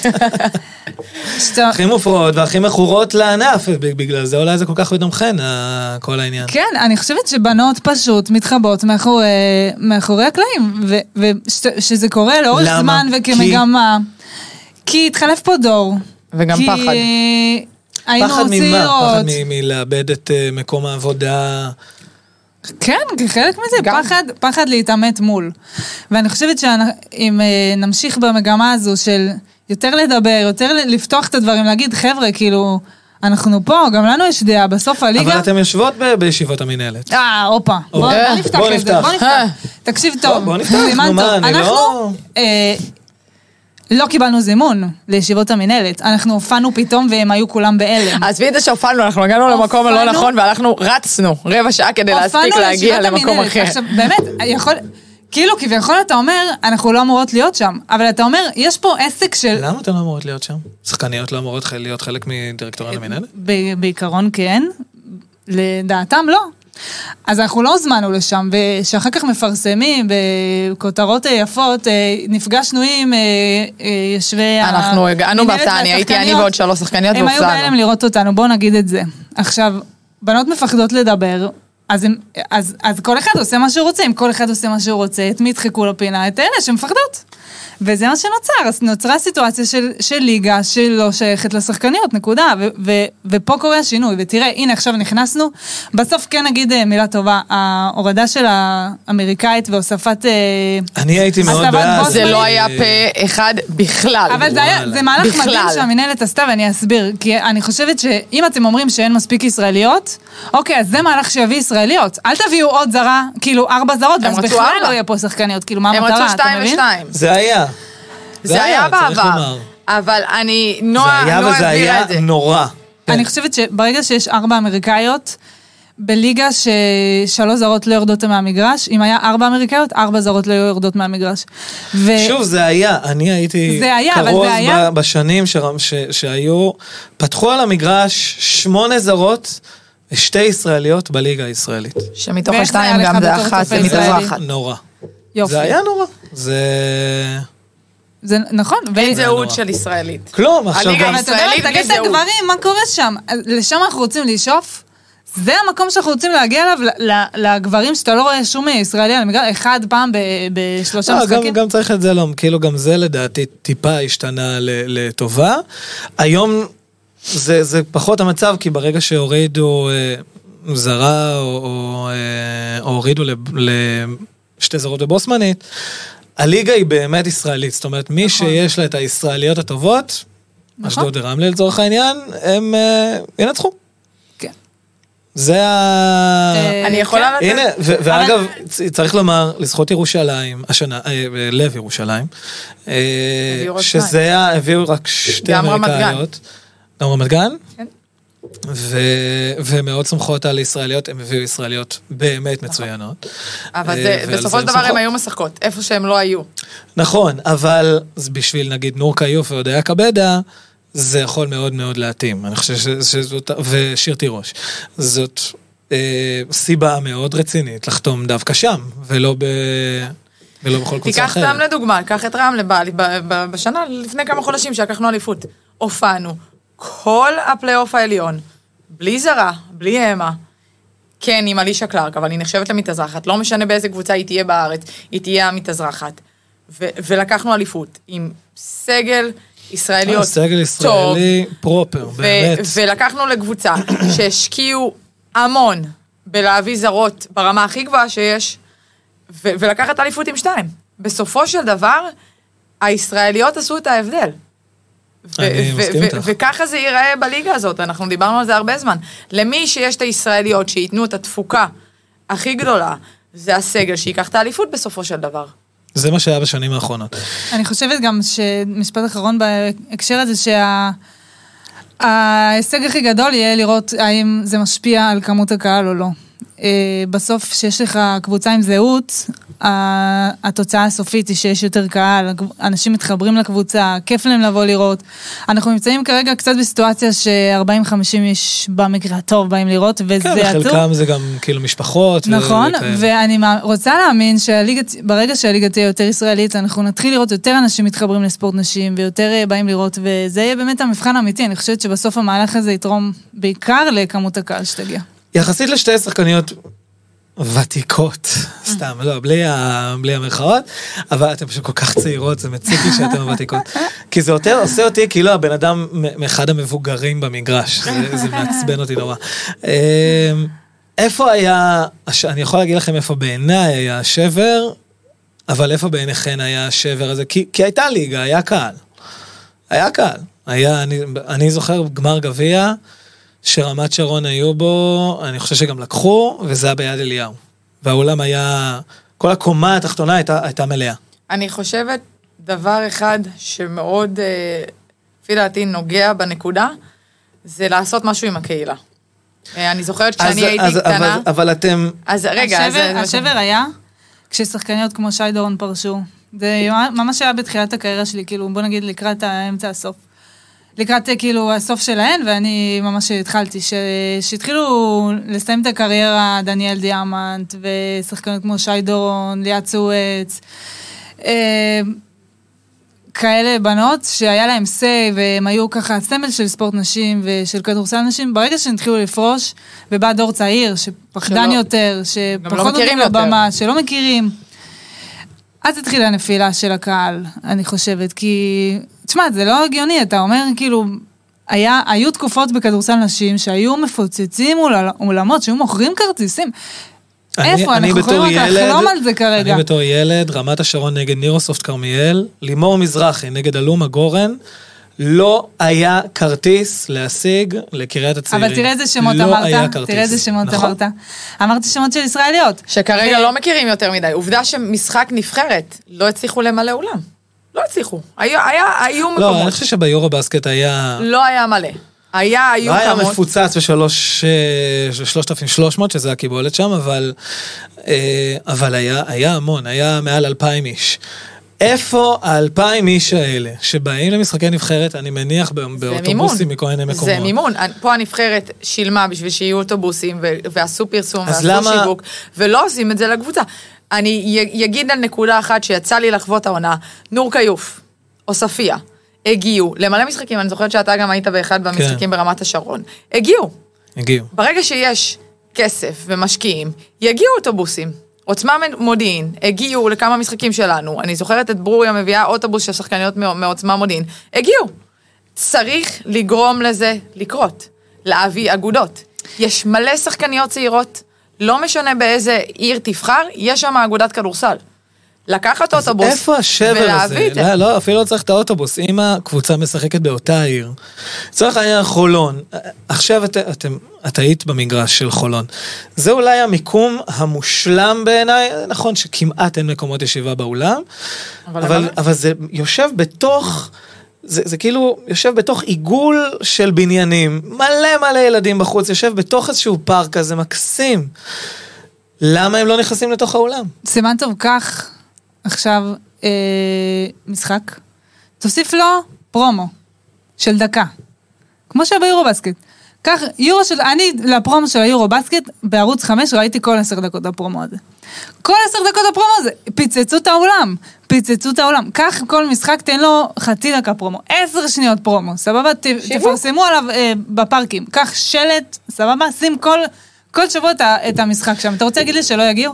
הכי מופרעות והכי מכורות לענף, בגלל זה אולי זה כל כך מדומכן, כל העניין. כן, אני חושבת שבנות פשוט מתחבות מאחורי הקלעים, ושזה קורה לאורך זמן וכמגמה. כי התחלף פה דור. וגם פחד. פחד ממה? פחד מלאבד את מקום העבודה... כן, חלק מזה, פחד להתאמת מול. ואני חושבת שאם נמשיך במגמה הזו של יותר לדבר, יותר לפתוח את הדברים, להגיד, חבר'ה, כאילו, אנחנו פה, גם לנו יש דעה, בסוף הליגה... אבל אתם יושבות בישיבות המנהלת. אופה, בוא נפתח את זה, בוא נפתח. תקשיב טוב. בוא נפתח, אנחנו לא קיבלנו זימון לישיבות המנהלת, אנחנו הופענו פתאום והם היו כולם בהלם. אז וידע שהופענו, אנחנו הגענו למקום הלא נכון, ואנחנו רצנו רבע שעה כדי להספיק להגיע למקום אחר. עכשיו, באמת, כאילו, כביכול אתה אומר, אנחנו לא אמורות להיות שם, אבל אתה אומר, יש פה עסק של... למה אתם לא אמורות להיות שם? שחקניות לא אמורות להיות חלק מדירקטוריון המנהלת? בעיקרון כן, לדעתם לא. אז אנחנו לא הוזמנו לשם, ושאחר כך מפרסמים בכותרות יפות, נפגשנו עם יושבי... אנחנו הגענו בתני, הייתי אני ועוד 3 שחקניות והופסנו. הם היו בהלם לראות אותנו, בואו נגיד את זה. עכשיו, בנות מפחדות לדבר, אז כל אחד עושה מה שהוא רוצה, אם כל אחד עושה מה שהוא רוצה, את מי ידחקו לפינה? את אלה שמפחדות. וזה מה שנוצר, אז נוצרה סיטואציה של ליגה שלא שייכת לשחקניות, נקודה, ופה קורה השינוי, ותראה, הנה עכשיו נכנסנו, בסוף כן נגיד מילה טובה, ההורדה של האמריקאית והוספת... אני הייתי מאוד בעד. זה לא היה פה אחד בכלל. אבל זה מהלך מדהים שהמנהלת עשתה, ואני אסביר, כי אני חושבת שאם אתם אומרים שאין מספיק ישראליות, אוקיי, אז זה מהלך שיביא ישראליות, אל תביאו עוד זרה, כאילו 4 זרות, ואז בכלל לא יהיה פה שחקניות, כאילו מה המטרה, אתה מבין? זה היה. זה היה בעבר, אבל אני, נועה הסבירה את זה. זה היה וזה היה נורא. אני חושבת שברגע שיש 4 אמריקאיות, בליגה ש3 זרות לא יורדות מהמגרש, אם היה 4 אמריקאיות, 4 זרות לא יורדות מהמגרש. שוב, זה היה, אני הייתי קרוב בשנים שהיו, פתחו על המגרש 8 זרות, 2 ישראליות בליגה הישראלית. שמתוך 2 גם זה 1, זה מתאזרחת. נורא. זה היה נורא. זה נכון. אין זהות של ישראלית. כלום, עכשיו גם... תגיד את הגברים, מה קורה שם? לשם אנחנו רוצים לשאוף? זה המקום שאנחנו רוצים להגיע אליו, לגברים שאתה לא רואה שום ישראלי, אחד פעם ב3 משחקים. גם צריך את זה לא, כאילו גם זה לדעתי טיפה השתנה לטובה. היום זה פחות המצב, כי ברגע שהורידו זרה, או הורידו לשתי זרות בבוסמנית, הליגה היא באמת ישראלית, זאת אומרת, מי שיש לה את הישראליות הטובות, אשדוד ורמלה לצורך העניין, הם ינצחו. כן. זה אני יכולה לתת... הנה, ואגב, צריך לומר, לזכות ירושלים, השנה, לב ירושלים, שזה הביאו רק 2 אמריקאיות. גם רמת גן? כן. ומאוד סמכות על ישראליות, הם הביאו ישראליות באמת מצוינות. אבל בסופו של דבר הם היו משחקות, איפה שהם לא היו. נכון, אבל בשביל נגיד נור קיוף והודיה קבדה, זה יכול מאוד מאוד להתאים. אני חושב שזאת, ושיר תירוש, זאת סיבה מאוד רצינית לחתום דווקא שם, ולא בכל קבוצה אחרת. תיקח סתם לדוגמה, קח את רמלה, בשנה לפני כמה חודשים שלקחנו אליפות, הופענו. כל הפלייאוף העליון, בלי זרה, בלי המה, כן, עם אלישה קלארק, אבל היא נחשבת למתאזרחת, לא משנה באיזה קבוצה היא תהיה בארץ, היא תהיה המתאזרחת. ולקחנו אליפות עם סגל ישראליות טוב. סגל ישראלי פרופר, באמת. ולקחנו לקבוצה שהשקיעו המון בלהביא זרות ברמה הכי גבוהה שיש, ולקחת אליפות עם 2. בסופו של דבר, הישראליות עשו את ההבדל. וככה זה ייראה בליגה הזאת, אנחנו דיברנו על זה הרבה זמן. למי שיש את הישראליות שיתנו את התפוקה הכי גדולה, זה הסגל שיקח את האליפות בסופו של דבר. זה מה שהיה בשנים האחרונות. אני חושבת גם שמשפט אחרון בהקשר הזה, שההישג הכי גדול יהיה לראות האם זה משפיע על כמות הקהל או לא. בסוף שיש לך קבוצה עם זהות, התוצאה הסופית היא שיש יותר קהל, אנשים מתחברים לקבוצה, כיף להם לבוא לראות. אנחנו נמצאים כרגע קצת בסיטואציה ש40-50 איש במקרה הטוב באים לראות, וזה עצוב. כן, חלקם זה גם כאילו משפחות. נכון, ואני רוצה להאמין שברגע שהליגה תהיה יותר ישראלית, אנחנו נתחיל לראות יותר אנשים מתחברים לספורט נשים, ויותר באים לראות, וזה יהיה באמת המבחן האמיתי. אני חושבת שבסוף המהלך הזה יתרום בעיקר לכמות הקהל שתגיע. יחסית לשתי שחקניות ותיקות, סתם, לא, בלי המרכאות, אבל אתן פשוט כל כך צעירות, זה מציק לי שאתן ותיקות. כי זה עושה אותי כאילו הבן אדם מאחד המבוגרים במגרש, זה מעצבן אותי נורא. איפה היה, אני יכול להגיד לכם איפה בעיניי היה השבר, אבל איפה בעיניכן היה השבר הזה? כי הייתה ליגה, היה קהל. היה קהל. אני זוכר גמר גביע, שרמת שרון היו בו, אני חושב שגם לקחו, וזה היה ביד אליהו. והאולם היה, כל הקומה התחתונה הייתה מלאה. אני חושבת דבר אחד שמאוד, לפי דעתי, נוגע בנקודה, זה לעשות משהו עם הקהילה. אני זוכרת כשאני הייתי קטנה. אבל אתם... אז רגע, השבר היה כששחקניות כמו שי דורון פרשו. זה ממש היה בתחילת הקריירה שלי, כאילו, בוא נגיד לקראת האמצע הסוף. לקראת כאילו הסוף שלהן, ואני ממש התחלתי, שהתחילו לסיים את הקריירה דניאל דיאמנט, ושחקנות כמו שי דורון, ליאת צועץ, כאלה בנות שהיה להם סי, והם היו ככה סמל של ספורט נשים ושל כדורסל נשים, ברגע שהם התחילו לפרוש, ובא דור צעיר, שפחדן יותר, שפחות נותנים לבמה, שלא מכירים, אז התחילה הנפילה של הקהל, אני חושבת, כי, תשמע, זה לא הגיוני, אתה אומר, כאילו, היו תקופות בכדורסל נשים שהיו מפוצצים אולמות, שהיו מוכרים כרטיסים. איפה? אנחנו יכולים רק לחלום על זה כרגע. אני בתור ילד, רמת השרון נגד נירוסופט כרמיאל, לימור מזרחי נגד אלומה גורן, לא היה כרטיס להשיג לקריית הצעירים. אבל תראה איזה שמות אמרת, תראה איזה שמות אמרת. אמרתי שמות של ישראליות. שכרגע לא מכירים יותר מדי. עובדה שמשחק נבחרת לא הצליחו למלא אולם. לא הצליחו. היו מקומות. לא, אני חושב שביורו בסקט היה... לא היה מלא. היו כמות. לא היה מפוצץ ב-3,300, שזה הקיבולת שם, אבל היה המון, היה מעל 2,000 איש. איפה 2,000 איש האלה, שבאים למשחקי נבחרת, אני מניח באוטובוסים מכל מיני מקומות. זה מימון. פה הנבחרת שילמה בשביל שיהיו אוטובוסים, ועשו פרסום, ועשו שיווק, ולא עושים את זה לקבוצה. אני אגיד על נקודה אחת שיצא לי לחוות העונה, נור קיוף, או ספיה, הגיעו, למלא משחקים, אני זוכרת שאתה גם היית באחד במשחקים ברמת השרון, הגיעו. ברגע שיש כסף ומשקיעים, יגיעו אוטובוסים. עוצמה מודיעין, הגיעו לכמה משחקים שלנו, אני זוכרת את ברוריה מביאה אוטובוס של שחקניות מעוצמה מודיעין, הגיעו. צריך לגרום לזה לקרות, להביא אגודות. יש מלא שחקניות צעירות, לא משנה באיזה עיר תבחר, יש שם אגודת כדורסל. לקחת אוטובוס איפה השבר הזה? לא, אפילו לא צריך את האוטובוס. אם הקבוצה משחקת באותה עיר, צריך היה חולון. עכשיו את היית במגרש של חולון. זה אולי המיקום המושלם בעיניי. נכון שכמעט אין מקומות ישיבה באולם, אבל זה יושב בתוך... זה כאילו יושב בתוך עיגול של בניינים. מלא ילדים בחוץ. יושב בתוך איזשהו פארק כזה מקסים. למה הם לא נכנסים לתוך האולם? סימן טוב, כך... עכשיו, משחק, תוסיף לו פרומו של דקה, כמו שביורובסקט. כך, אני לפרומו של היורובסקט, בערוץ 5 ראיתי כל 10 דקות הפרומו הזה. כל 10 דקות הפרומו הזה, פיצצו את העולם. כך כל משחק תן לו חצי דקה פרומו, 10 שניות פרומו, סבבה? תפרסמו עליו בפארקים. כך שלט, סבבה? שים כל שבוע את המשחק שם. אתה רוצה להגיד לי שלא יגיעו?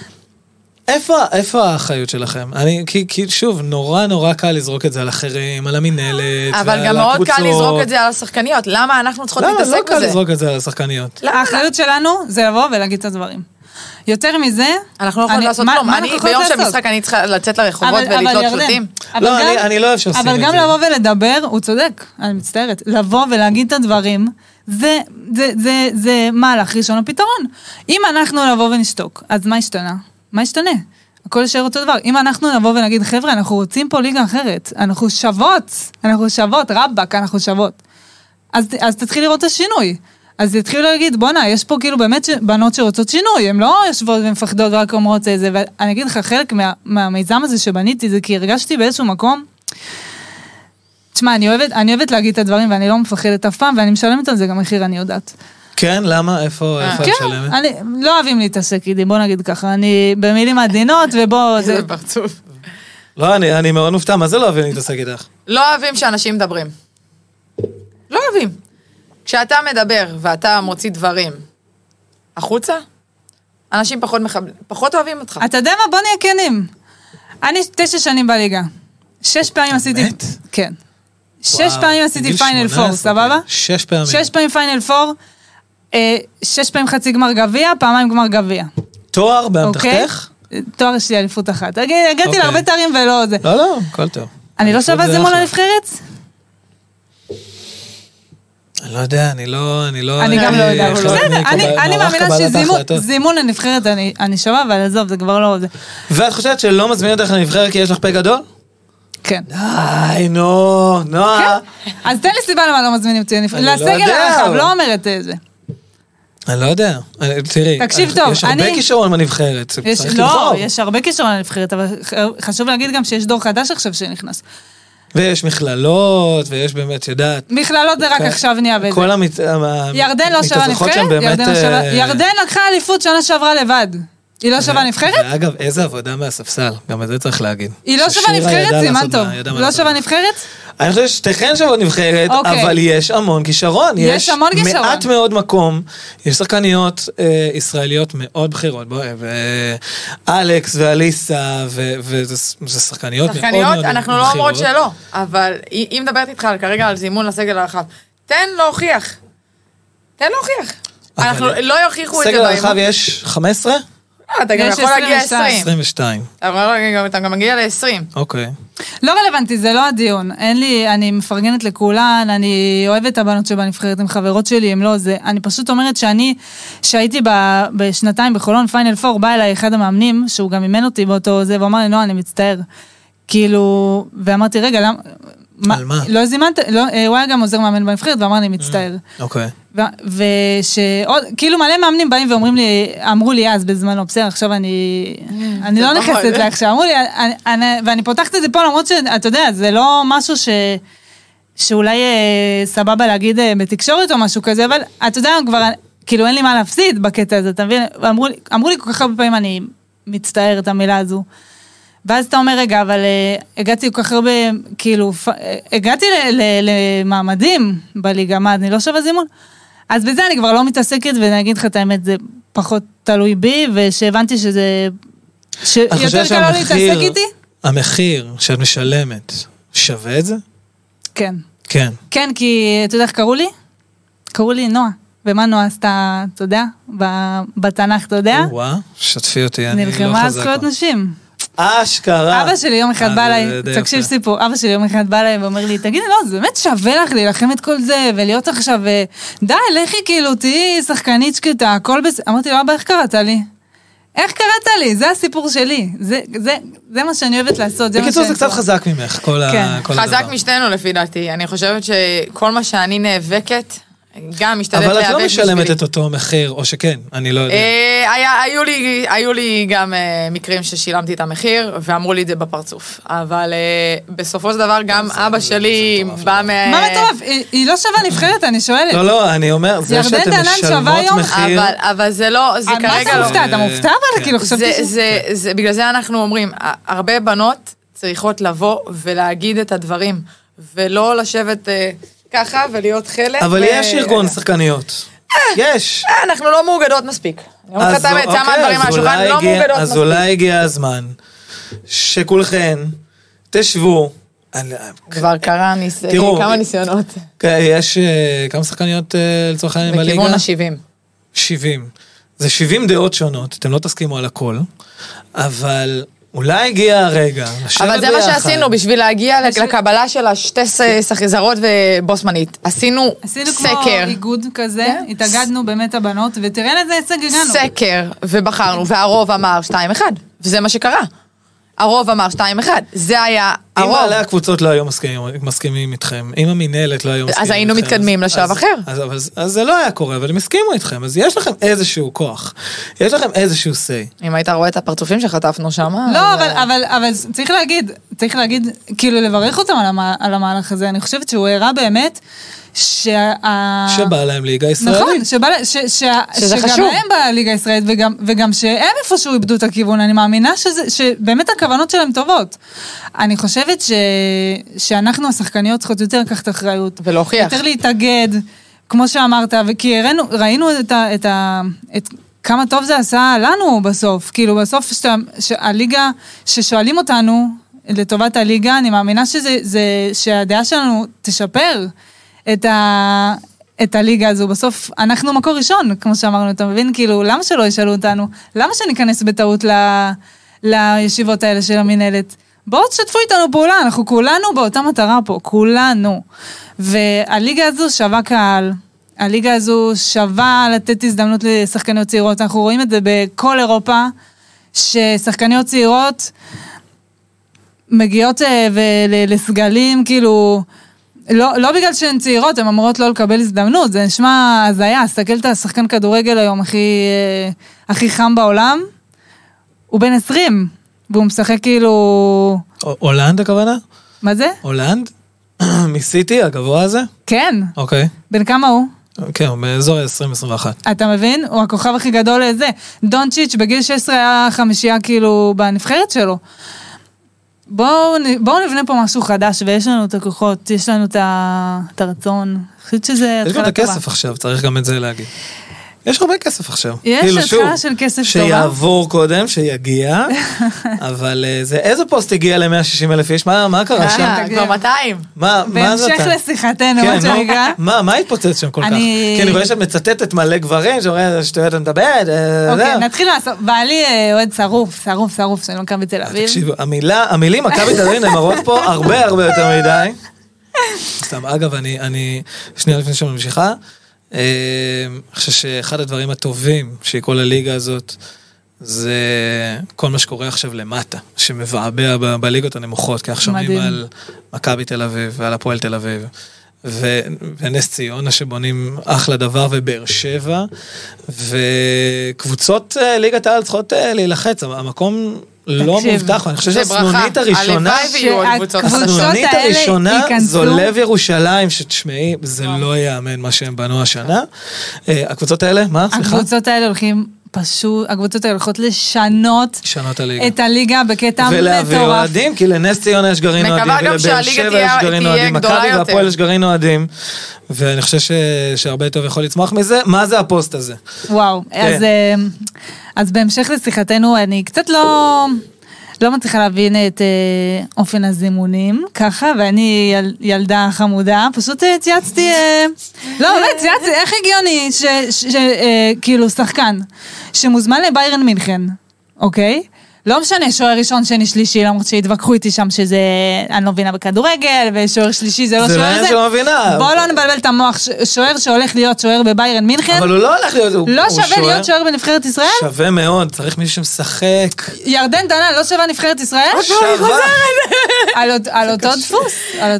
איפה האחריות שלכם? כי שוב, נורא קל לזרוק את זה על אחרים, על המנהלת, אבל גם מאוד קל לזרוק את זה על השחקניות. למה אנחנו צריכות להתעסק בזה? לא קל לזרוק את זה על השחקניות. האחריות שלנו זה לבוא ולהגיד את הדברים. יותר מזה... אנחנו לא יכולים לעשות כלום. ביום של משחק אני צריכה לצאת לרחובות ולתלות שלטים. לא, אני לא אוהב שעושים את זה. אבל גם לבוא ולדבר, הוא צודק, אני מצטערת. לבוא ולהגיד את הדברים, זה מהלך ראשון הפתרון. אם אנחנו לבוא ונשתוק, אז מה השתנה? מה ישתנה? הכל יישאר אותו דבר. אם אנחנו נבוא ונגיד, חבר'ה, אנחנו רוצים פה ליגה אחרת. אנחנו שוות, רבק, אנחנו שוות. אז תתחיל לראות את השינוי. אז יתחילו להגיד, בונה, יש פה כאילו באמת בנות שרוצות שינוי, הן לא יושבות ומפחדות ורק אומרות את זה, ואני אגיד לך, חלק מהמיזם הזה שבניתי, זה כי הרגשתי באיזשהו מקום, תשמע, אני אוהבת להגיד את הדברים, ואני לא מפחדת אף פעם, ואני משלמת על זה גם מחיר, אני יודעת. כן, למה? איפה את שלמת? לא אוהבים להתעסק איתי, בוא נגיד ככה, אני במילים עדינות ובוא... זה פרצוף. לא, אני מאוד מופתע, מה זה לא אוהבים להתעסק איתך? לא אוהבים שאנשים מדברים. לא אוהבים. כשאתה מדבר ואתה מוציא דברים החוצה, אנשים פחות אוהבים אותך. אתה יודע מה? בוא נהיה כנים. אני 9 שנים בליגה. 6 פעמים עשיתי... כן. 6 פעמים עשיתי פיינל 4, סבבה? 6 פעמים. 6 פעמים פיינל 4, 6 פעמים חצי גמר גביע, פעמיים גמר גביע. תואר באמתחתך? תואר שלי אליפות אחת. הגעתי להרבה תארים ולא זה. לא, כל טוב. אני לא שווה זימון לנבחרת? אני לא יודע, אני גם לא יודע. אני מאמינה שזימון לנבחרת אני שווה, אבל עזוב, זה כבר לא זה. ואת חושבת שלא מזמין אותך לנבחרת כי יש לך פה גדול? כן. די, נועה. אז תן לי סיבה למה לא מזמינים אותי לנבחרת. לסגל הרחב, לא אומרת זה. אני לא יודע, תראי, תקשיב טוב, יש הרבה כישרון בנבחרת, צריך לבחור. לא, יש הרבה כישרון בנבחרת, אבל חשוב להגיד גם שיש דור חדש עכשיו שנכנס. ויש מכללות, ויש באמת, יודעת... מכללות זה רק עכשיו נהיה בזה. ירדן לא שווה נבחרת? ירדן לקחה אליפות שנה שעברה לבד. היא לא שווה נבחרת? ואגב, איזה עבודה מהספסל, גם את זה צריך להגיד. היא לא שווה נבחרת, סימן טוב. לא שווה נבחרת? אני חושב שתכן שוות נבחרת, אבל יש המון כישרון. יש המון כישרון. מעט מאוד מקום, יש שחקניות ישראליות מאוד בכירות, ואלכס ואליסה, וזה שחקניות מאוד מאוד בכירות. שחקניות, אנחנו לא אומרות שלא, אבל אם מדברת איתך כרגע על זימון לסגל הרחב, תן להוכיח. אנחנו לא יוכיחו את זה. סגל הרחב יש 15? אתה גם יכול להגיע 20. 22. אתה גם מגיע ל-20. אוקיי. לא רלוונטי, זה לא הדיון. אני מפרגנת לכולן, אני אוהבת הבנות שבנבחרת, הן חברות שלי, הם לא זה. אני פשוט אומרת שהייתי בשנתיים בחולון, פיינל 4, בא אליי אחד המאמנים, שהוא גם אימן אותי באותו זה, ואמר לי, נועה, אני מצטער. כאילו, ואמרתי, רגע, למה... על מה? לא זימנת, הוא היה גם עוזר מאמן בנבחרת, ואמר לי, מצטער. אוקיי. כאילו מלא מאמנים באים ואומרים לי, אמרו לי אז בזמנו, בסדר, עכשיו אני לא נכנסת לעכשיו, אמרו לי, ואני פותחת את זה פה, למרות שאתה יודע, זה לא משהו שאולי סבבה להגיד בתקשורת או משהו כזה, אבל אתה יודע, כבר, כאילו אין לי מה להפסיד בקטע הזה, אתה מבין? אמרו לי כל כך הרבה פעמים, אני מצטער את המילה הזו. ואז אתה אומר, רגע, אבל הגעתי כל כך הרבה, כאילו, הגעתי למעמדים בליגה, מה, אני לא שווה זימון? אז בזה אני כבר לא מתעסקת, ואני אגיד לך את האמת, זה פחות תלוי בי, ושהבנתי שזה, שיותר קל לא להתעסק איתי. המחיר שאת משלמת, שווה את זה? כן. כן. כן, כי אתה יודע איך קראו לי? קראו לי נועה. ומה נועה עשתה, אתה יודע? בתנ"ך, אתה יודע? וואה, שתפי אותי, אני לא חזק. נלחמה על זכויות נשים. אשכרה. אבא שלי יום אחד בא אליי, תקשיב סיפור, אבא שלי יום אחד בא אליי ואומר לי, תגידי, לא, זה באמת שווה לך להילחם את כל זה, ולהיות עכשיו, די, לכי כאילו, תהיי שחקנית שקטה, הכל בסדר. אמרתי לו, אבא, איך קראת לי? איך קראת לי? זה הסיפור שלי. זה מה שאני אוהבת לעשות. בקיצור, זה קצת חזק ממך, כל הדבר. חזק משתנו לפי דעתי. אני חושבת שכל מה שאני נאבקת, גם משתדלת להיאבק בשבילי. אבל את לא משלמת את אותו מחיר, או שכן, אני לא יודע. היו לי גם מקרים ששילמתי את המחיר, ואמרו לי את זה בפרצוף. אבל בסופו של דבר גם אבא שלי בא מה מטורף? היא לא שווה נבחרת, אני שואלת. לא, אני אומר, זה שאתם משלמות מחיר. אבל זה לא, זה כרגע לא. מה אתה מופתע? אתה מופתע? אבל כאילו חשבתי בגלל זה אנחנו אומרים, הרבה בנות צריכות לבוא ולהגיד את הדברים, ולא לשבת ככה ולהיות חלק. אבל יש ארגון שחקניות. יש. אנחנו לא מאוגדות מספיק. אז אולי הגיע הזמן שכולכן תשבו. כבר קרה כמה ניסיונות. יש כמה שחקניות לצורך העניין בליגה? בכיוון ה-70. 70. זה 70 דעות שונות, אתם לא תסכימו על הכל, אבל אולי הגיע הרגע. אבל זה מה שעשינו בשביל להגיע לקבלה של השתי זרות ובוסמנית. עשינו סקר. כמו איגוד כזה, התאגדנו באמת הבנות, ותראה לזה הישג הגענו. סקר, ובחרנו, והרוב אמר 2-1, וזה מה שקרה. הרוב אמר 2-1, זה היה הרוב. אם בעלי הקבוצות לא היו מסכימים איתכם, אם המנהלת לא היו מסכימים איתכם, אז היינו מתקדמים לשלב אחר. אז זה לא היה קורה, אבל הם הסכימו איתכם, אז יש לכם איזשהו כוח, יש לכם איזשהו say. אם היית רואה את הפרצופים שחטפנו שם. לא, אבל צריך להגיד, כאילו לברך אותם על המהלך הזה, אני חושבת שהוא הראה באמת, שבא להם ליגה ישראלית. נכון, שגם להם באה ליגה ישראלית, וגם שהם איפשהו איבדו את הכיוון, אני מאמינה שבאמת הכוונות שלהם טובות. אני חושבת שאנחנו השחקניות צריכות יותר לקחת אחריות. ולהוכיח. יותר להתאגד, כמו שאמרת, כי ראינו את כמה טוב זה עשה לנו בסוף. כאילו בסוף שהליגה, ששואלים אותנו לטובת הליגה, אני מאמינה שהדעה שלנו תשפר את הליגה הזו. בסוף אנחנו מקור ראשון, כמו שאמרנו, אתה מבין? כאילו, למה שלא ישאלו אותנו? למה שניכנס בטעות לישיבות האלה של המנהלת? בואו תשתפו איתנו פעולה, אנחנו כולנו באותה מטרה פה, כולנו. והליגה הזו שווה קהל, הליגה הזו שווה לתת הזדמנות לשחקניות צעירות, אנחנו רואים את זה בכל אירופה, ששחקניות צעירות מגיעות לסגלים, כאילו, לא בגלל שהן צעירות, הן אמורות לא לקבל הזדמנות, זה נשמע הזיה, תסתכל את השחקן כדורגל היום הכי חם בעולם, הוא בן 20, והוא משחק כאילו... הולנד הכוונה? מה זה? הולנד? מסיטי, הגבוה הזה? כן. אוקיי. בן כמה הוא? כן, הוא באזור 2021. אתה מבין? הוא הכוכב הכי גדול לזה. דונצ'יץ' בגיל 16 היה חמישייה כאילו בנבחרת שלו. בואו נבנה פה משהו חדש, ויש לנו את הכוחות, יש לנו את הרצון. אני חושבת שזה יש גם את הכסף עכשיו, צריך גם את זה להגיד. יש הרבה כסף עכשיו. יש התחלה של כסף טובה. שיעבור קודם, שיגיע, אבל איזה פוסט הגיע ל-160,000 איש? מה קרה שם? כבר 200. מה זה אתה? בהמשך לשיחתנו, עוד שניגע. מה התפוצץ שם כל כך? כי אני רואה שאת מצטטת מלא גברים, שאומרים, שטויות את מדברת. אוקיי, נתחיל לעשות. בעלי אוהד שרוף, שאני לא מכבי תל אביב. תקשיבו, המילים מכבי תל אביב נאמרות פה הרבה יותר מדי. סתם, אגב, אני שנייה לפני שממשיכה, אני חושב שאחד הדברים הטובים שיקרו לליגה הזאת, זה כל מה שקורה עכשיו למטה, שמבעבע בליגות הנמוכות, כי אנחנו שומעים על מכבי תל אביב ועל הפועל תל אביב, ונס ציונה שבונים אחלה דבר, ובאר שבע, וקבוצות ליגת העל צריכות להילחץ, המקום לא מובטח, אני חושב שהסנונית הראשונה זו לב ירושלים, שתשמעי, זה לא יאמן מה שהם בנו השנה. הקבוצות האלה, מה? סליחה? הקבוצות האלה הולכות לשנות את הליגה בקטע מטורף. ולהביא אוהדים, כי לנס ציונה יש גרעין אוהדים, ולבאר שבע יש גרעין אוהדים, מכבי והפועל יש גרעין אוהדים, ואני חושב שהרבה טוב יכול לצמוח מזה. מה זה הפוסט הזה? וואו, אז בהמשך לשיחתנו, אני קצת לא מצליחה להבין את אופן הזימונים, ככה, ואני ילדה חמודה, פשוט צייצתי, צייצתי, איך הגיוני כאילו שחקן, שמוזמן לביירן מינכן, אוקיי? לא משנה, שוער ראשון, שני, שלישי, למרות שהתווכחו איתי שם שזה, אני לא מבינה בכדורגל, ושוער שלישי זה לא שוער הזה. זה לא שלא מבינה. בואו לא נבלבל את המוח, שוער שהולך להיות שוער בביירן מינכן. אבל הוא לא הולך להיות, הוא לא שווה להיות שוער בנבחרת ישראל? שווה מאוד, צריך מישהו שמשחק. ירדן דנה לא שווה נבחרת ישראל? שווה. על אותו דפוס.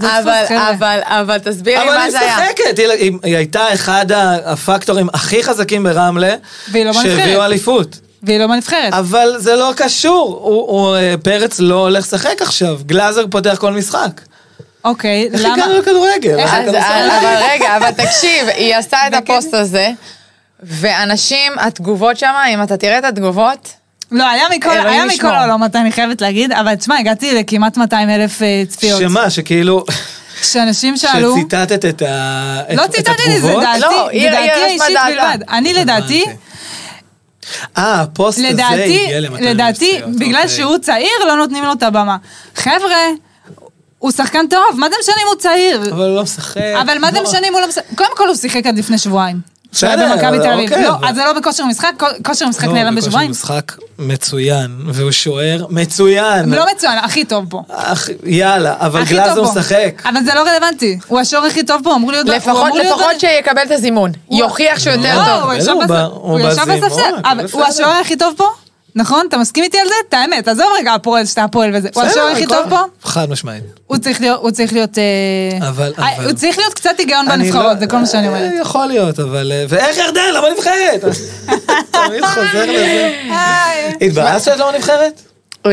אבל תסבירי מה זה היה. אבל היא משחקת, היא הייתה אחד הפקטורים הכי חזקים ברמלה, שהביאו אליפות. והיא לא בנבחרת. אבל זה לא קשור, פרץ לא הולך לשחק עכשיו, גלאזר פותח כל משחק. אוקיי, למה? איך הגענו לכדורגל? אבל רגע, אבל תקשיב, היא עשתה את הפוסט הזה, ואנשים, התגובות שם, אם אתה תראה את התגובות... לא, היה מכל העולמות, אני חייבת להגיד, אבל תשמע, הגעתי לכמעט 200,000 צפיות. שמה, שכאילו... שאנשים שאלו... שציטטת את התגובות? לא ציטטתי, זה דעתי האישית בלבד. אני לדעתי... הפוסט הזה הגיע ל-200,000 צפיות. לדעתי, בגלל שהוא צעיר, לא נותנים לו את הבמה. חבר'ה, הוא שחקן טוב, מה זה משנה אם הוא צעיר? אבל הוא לא משחק. אבל מה זה משנה אם הוא לא משחק? קודם כל הוא שיחק עד לפני שבועיים. בסדר, אוקיי. לא, אז זה לא בכושר משחק, כושר משחק נעלם בשבועיים. לא, בכושר משחק מצוין, והוא שוער מצוין. לא מצוין, הכי טוב פה. יאללה, אבל גלאזר משחק. אבל זה לא רלוונטי, הוא השוער הכי טוב פה, אמור להיות... לפחות שיקבל את הזימון, יוכיח שהוא יותר טוב. הוא ישב בספסל, הוא השוער הכי טוב פה? נכון? אתה מסכים איתי על זה? את האמת, עזוב רגע הפועל, שאתה הפועל וזה. הוא השוער הכי טוב פה? חד משמעית. הוא צריך להיות קצת היגיון בנבחרות, זה כל מה שאני אומרת. יכול להיות, אבל... ואיך ירדן? למה נבחרת? תמיד חוזר לזה. התבאס שאת לא נבחרת?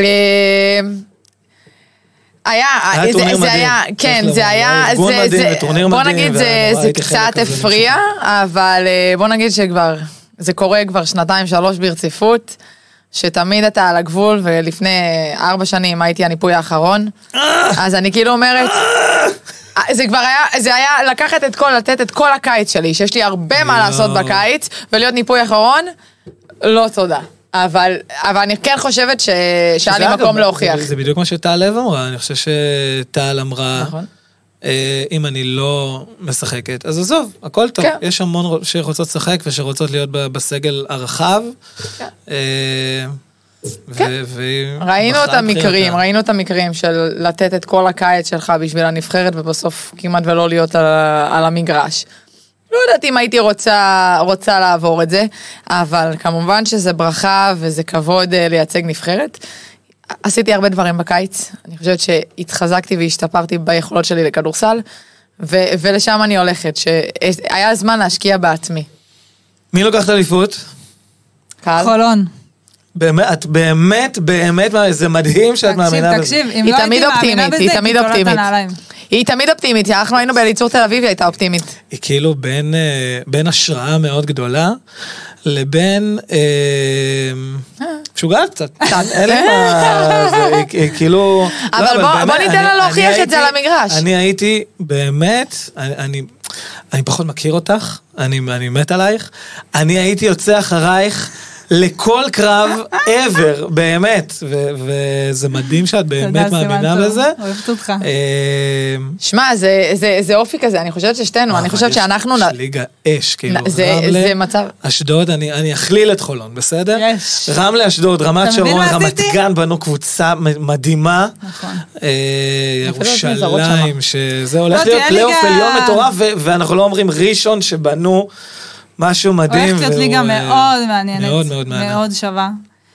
זה היה, כן, זה היה, בוא נגיד זה קצת הפריע, אבל בוא נגיד שכבר, זה קורה כבר 2-3 ברציפות, שתמיד אתה על הגבול, ולפני 4 שנים הייתי הניפוי האחרון, אז אני כאילו אומרת, זה היה לתת את כל הקיץ שלי, שיש לי הרבה מה לעשות בקיץ, ולהיות ניפוי אחרון, לא תודה. אבל אני כן חושבת שהיה לי מקום להוכיח. זה בדיוק מה שטל לב אמרה, אני חושב שטל אמרה, אם אני לא משחקת, אז עזוב, הכל טוב. יש המון שרוצות לשחק ושרוצות להיות בסגל הרחב. ראינו את המקרים של לתת את כל הקיץ שלך בשביל הנבחרת, ובסוף כמעט ולא להיות על המגרש. לא יודעת אם הייתי רוצה לעבור את זה, אבל כמובן שזה ברכה וזה כבוד לייצג נבחרת. עשיתי הרבה דברים בקיץ, אני חושבת שהתחזקתי והשתפרתי ביכולות שלי לכדורסל, ולשם אני הולכת, שהיה זמן להשקיע בעצמי. מי לוקחת אליפות? קהל? חולון. באמת, באמת, באמת, זה מדהים שאת מאמינה בזה. תקשיב, אם לא הייתי מאמינה בזה, היא תמיד אופטימית. היא תמיד אופטימית, אנחנו היינו באליצור תל אביב, היא הייתה אופטימית. היא כאילו בין השראה מאוד גדולה, לבין משוגעת קצת. אין לי מה, זה כאילו... אבל בוא ניתן לה להוכיח את זה על המגרש. אני הייתי באמת, אני פחות מכיר אותך, אני מת עלייך, אני הייתי יוצא אחרייך, לכל קרב ever, באמת, וזה מדהים שאת באמת מאמינה בזה. אוהבת אותך. שמע, זה אופי כזה, אני חושבת ששתינו, אני חושבת שאנחנו... יש ליגה אש, כאילו, זה מצב... אשדוד, אני אכליל את חולון, בסדר? יש. רמלה, אשדוד, רמת שרון, רמת גן, בנו קבוצה מדהימה. נכון. ירושלים, שזה הולך להיות פלייאוף עליון מטורף, ואנחנו לא אומרים ראשון שבנו... משהו מדהים. הולכת להיות ליגה מאוד מעניינת. מאוד מאוד מעניינת. מאוד שווה.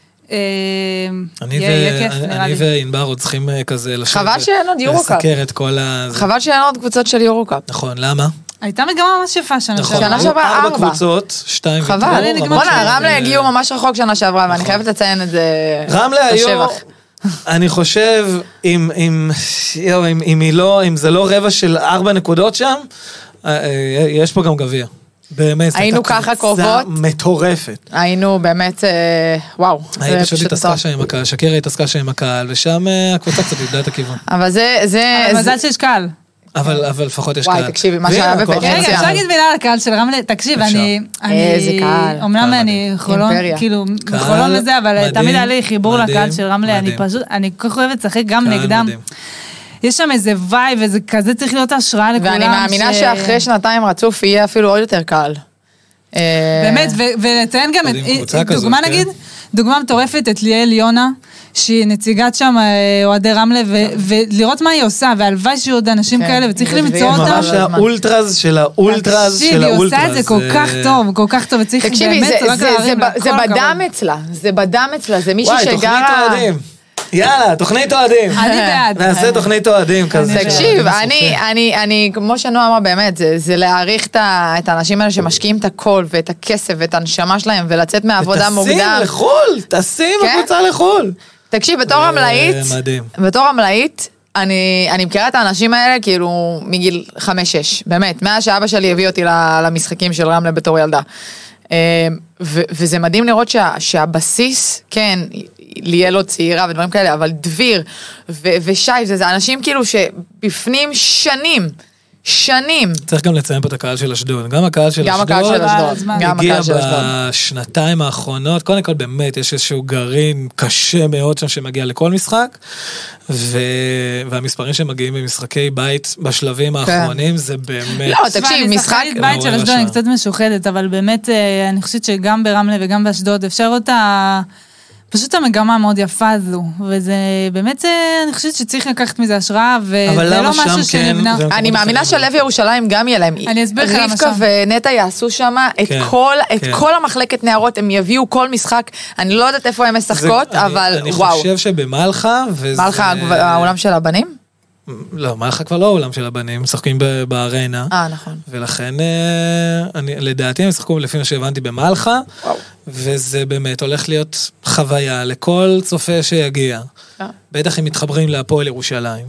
אני וענבר עוד צריכים כזה לשבת. חבל שאין עוד יורוקאפ. לסקר את כל ה... חבל שאין עוד קבוצות של יורוקאפ. נכון, למה? הייתה מגמה ממש יפה שנה שעברה. שנה שעברה 4 קבוצות, 2 ויתרו. חבל, בוא'נה, רמלה הגיעו ממש רחוק שנה שעברה, ואני חייבת לציין את זה. רמלה היום, אני חושב, אם זה לא רבע של 4 נקודות שם, יש פה גם גביע. באמת, היינו ככה קרובות. מטורפת. היינו באמת, וואו. היית פשוט התעסקה שם עם הקהל, שקירה התעסקה שם עם הקהל, ושם הקבוצה קצת איבדה את הכיוון. אבל זה... אבל מזל שיש קהל. אבל לפחות יש קהל. וואי, תקשיבי, מה שהיה בפטנציה. רגע, אפשר להגיד מילה על הקהל של רמלה? תקשיב, איזה קהל. אמנם אני חולון, כאילו, חולון וזה, אבל תמיד היה לי חיבור לקהל של רמלה, אני כל כך אוהבת לשחק גם נגדם. יש שם איזה וייב, איזה כזה צריך להיות השראה לכולם. ואני מאמינה שאחרי שנתיים רצוף יהיה אפילו עוד יותר קהל. באמת, ולציין גם דוגמה נגיד, דוגמה מטורפת את ליאל יונה, שהיא נציגת שם אוהדי רמלה, ולראות מה היא עושה, והלוואי שיהיו עוד אנשים כאלה, וצריך למצוא אותם. ממש האולטרז של האולטרז של האולטרז. היא עושה את זה כל כך טוב, כל כך טוב, וצריך באמת רק להרים לה. זה בדם אצלה, זה בדם אצלה, זה מישהו שגרה... וואי, תוכנית אוהדים. יאללה, תוכנית אוהדים. אני בעד. נעשה תוכנית אוהדים כזה. תקשיב, אני, כמו שנועה אמרה באמת, זה להעריך את האנשים האלה שמשקיעים את הכל, ואת הכסף, ואת הנשמה שלהם, ולצאת מהעבודה מוקדם. תשים הקבוצה לחול. תקשיב, בתור רמלאית, אני מכירה את האנשים האלה כאילו מגיל 5-6, באמת, מאז שאבא שלי הביא אותי למשחקים של רמלה בתור ילדה. וזה מדהים לראות שהבסיס, כן, ליאל עוד צעירה ודברים כאלה, אבל דביר ושי, זה אנשים כאילו שבפנים שנים. צריך גם לציין פה את הקהל של אשדוד. גם הקהל של אשדוד הגיע בשנתיים האחרונות. קודם כל באמת יש איזשהו גרעין קשה מאוד שם שמגיע לכל משחק, והמספרים שמגיעים במשחקי בית בשלבים האחרונים זה באמת... לא, תקשיב, משחק... בית של אשדוד אני קצת משוחדת, אבל באמת אני חושבת שגם ברמלה וגם באשדוד אפשר אותה... פשוט המגמה מאוד יפה הזו, וזה באמת, אני חושבת שצריך לקחת מזה השראה, וזה לא משהו שנבנה. אני מאמינה שלב ירושלים גם יהיה להם. אני אסביר לך למה רבקה ונטע יעשו שם את כל המחלקת נערות, הם יביאו כל משחק, אני לא יודעת איפה הם משחקות, אבל וואו. אני חושב שבמלחה, מלחה העולם של הבנים? לא, מלחה כבר לא העולם של הבנים, משחקים בארנה. נכון. ולכן, לדעתי הם משחקו לפי מה שהבנתי במלחה, וזה באמת הולך להיות חוויה לכל צופה שיגיע. בטח הם מתחברים להפועל ירושלים.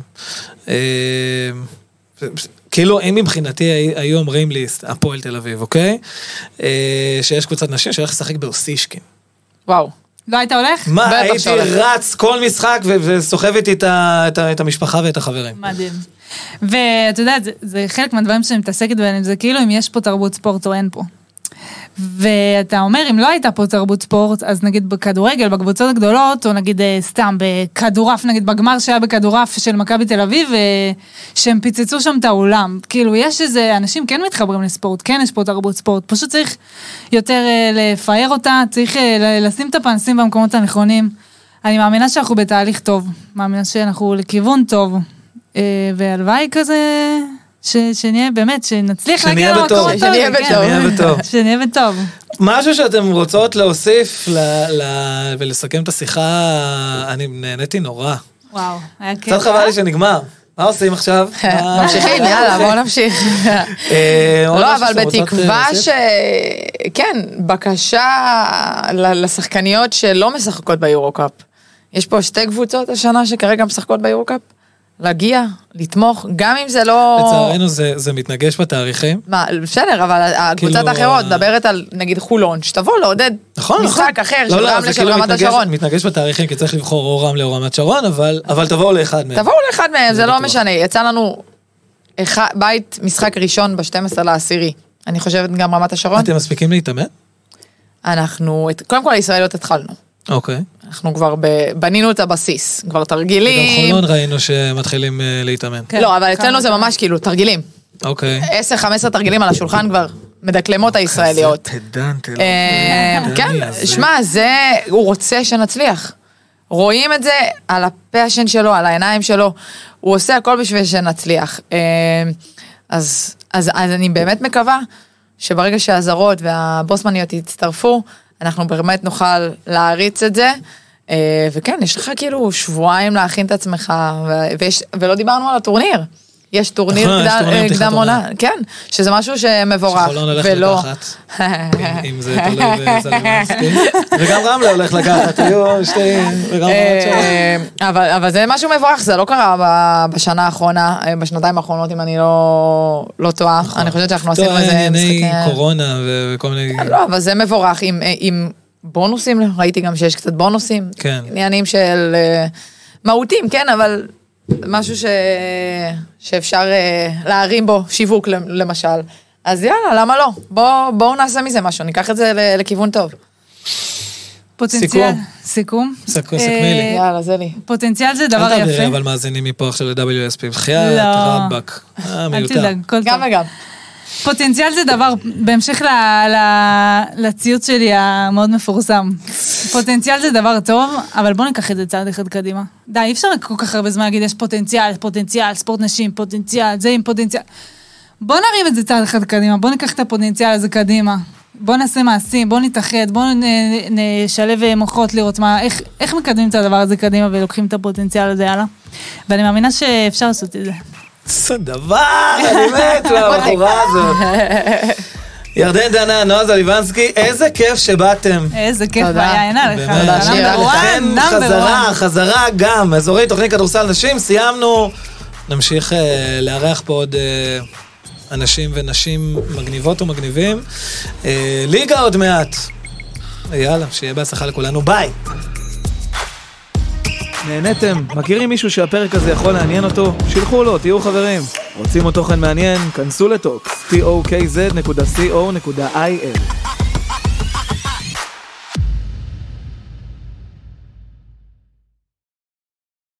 כאילו, אם מבחינתי היו אומרים לי, הפועל תל אביב, אוקיי? שיש קבוצת נשים שהולך לשחק באוסישקין. וואו. לא היית הולך? מה, הייתי רץ כל משחק וסוחב איתי את המשפחה ואת החברים. מדהים. ואתה יודע, זה חלק מהדברים שאני מתעסקת בהם, זה כאילו אם יש פה תרבות ספורט או אין פה. ואתה אומר, אם לא הייתה פה תרבות ספורט, אז נגיד בכדורגל, בקבוצות הגדולות, או נגיד סתם בכדורף, נגיד בגמר שהיה בכדורף של מכבי תל אביב, שהם פיצצו שם את האולם. כאילו, יש איזה, אנשים כן מתחברים לספורט, כן יש פה תרבות ספורט, פשוט צריך יותר לפאר אותה, צריך לשים את הפנסים במקומות הנכונים. אני מאמינה שאנחנו בתהליך טוב, מאמינה שאנחנו לכיוון טוב, והלוואי כזה... שנהיה באמת, שנצליח להגיע למקום הטוב. שנהיה בטוב. משהו שאתם רוצות להוסיף ולסכם את השיחה, אני נהניתי נורא. וואו, היה כיף. קצת חבל לי שנגמר. מה עושים עכשיו? ממשיכים, יאללה, בואו נמשיך. לא, אבל בתקווה כן, בקשה לשחקניות שלא משחקות ביורוקאפ. יש פה 2 קבוצות השנה שכרגע משחקות ביורוקאפ. להגיע, לתמוך, גם אם זה לא... לצערנו זה מתנגש בתאריכים. מה, בסדר, אבל הקבוצת האחרות מדברת על, נגיד, חולון, שתבוא לעודד משחק אחר של רמלה של רמת השרון. מתנגש בתאריכים, כי צריך לבחור או רמלה או רמת שרון, אבל תבואו לאחד מהם. תבואו לאחד מהם, זה לא משנה. יצא לנו בית משחק ראשון ב-12/10. אני חושבת גם רמת השרון. אתם מספיקים להתאמן? אנחנו, קודם כל הישראליות התחלנו. אוקיי. אנחנו כבר בנינו את הבסיס, כבר תרגילים. וגם חולון ראינו שמתחילים להתאמן. לא, אבל אצלנו זה ממש כאילו תרגילים. אוקיי. 10-15 תרגילים על השולחן כבר מדקלמות הישראליות. זה פדנט. כן, שמע, הוא רוצה שנצליח. רואים את זה על הפשן שלו, על העיניים שלו. הוא עושה הכל בשביל שנצליח. אז אני באמת מקווה שברגע שהזרות והבוסמניות יצטרפו, אנחנו באמת נוכל להריץ את זה, וכן, יש לך כאילו שבועיים להכין את עצמך, ולא דיברנו על הטורניר. יש טורניר קדם עונה, כן, שזה משהו שמבורך, שחולון הולך לקחת, אם זה תלוי בזלמנסקי, וגם רמלה הולך לקחת, היו שתי, וגם רמת שרון. אבל זה משהו מבורך, זה לא קרה בשנה האחרונה, בשנתיים האחרונות, אם אני לא טועה, אני חושבת שאנחנו עשינו איזה משחק... ענייני קורונה וכל מיני... לא, אבל זה מבורך, עם בונוסים, ראיתי גם שיש קצת בונוסים, עניינים של מהותים, כן, אבל... משהו שאפשר להרים בו שיווק למשל. אז יאללה, למה לא? בואו נעשה מזה משהו, ניקח את זה לכיוון טוב. פוטנציאל, סיכום. סכמי לי. יאללה, זה לי. פוטנציאל זה דבר יפה. אל תעבירי אבל מאזינים מפה עכשיו ל-WSP. בחייאת רבק. אל תדאג, כל טוב. גם וגם. פוטנציאל זה דבר, בהמשך לציוץ שלי המאוד מפורסם. פוטנציאל זה דבר טוב, אבל בוא ניקח את זה צעד אחד קדימה. די, אי אפשר כל כך הרבה זמן להגיד, יש פוטנציאל, ספורט נשים, פוטנציאל, זה עם פוטנציאל. בוא נרים את זה צעד אחד קדימה, בוא ניקח את הפוטנציאל הזה קדימה. בוא נעשה מעשים, בוא נתאחד, בוא נשלב מוחות לראות איך מקדמים את הדבר הזה קדימה ולוקחים את הפוטנציאל הזה הלאה. ואני מאמינה שאפשר לעשות את זה. זה דבר, אני מת מהבחורה הזאת. ירדן דנה, נועה זליבנסקי, איזה כיף שבאתם. איזה כיף, בעיינה לך. חזרה גם, אזורי תוכנית כדורסל נשים, סיימנו, נמשיך לארח פה עוד אנשים ונשים מגניבות ומגניבים. ליגה עוד מעט. יאללה, שיהיה בהצלחה לכולנו, ביי. נהנתם? מכירים מישהו שהפרק הזה יכול לעניין אותו? שילחו לו, תהיו חברים. רוצים עוד תוכן מעניין? כנסו לטוקס, tokz.co.il.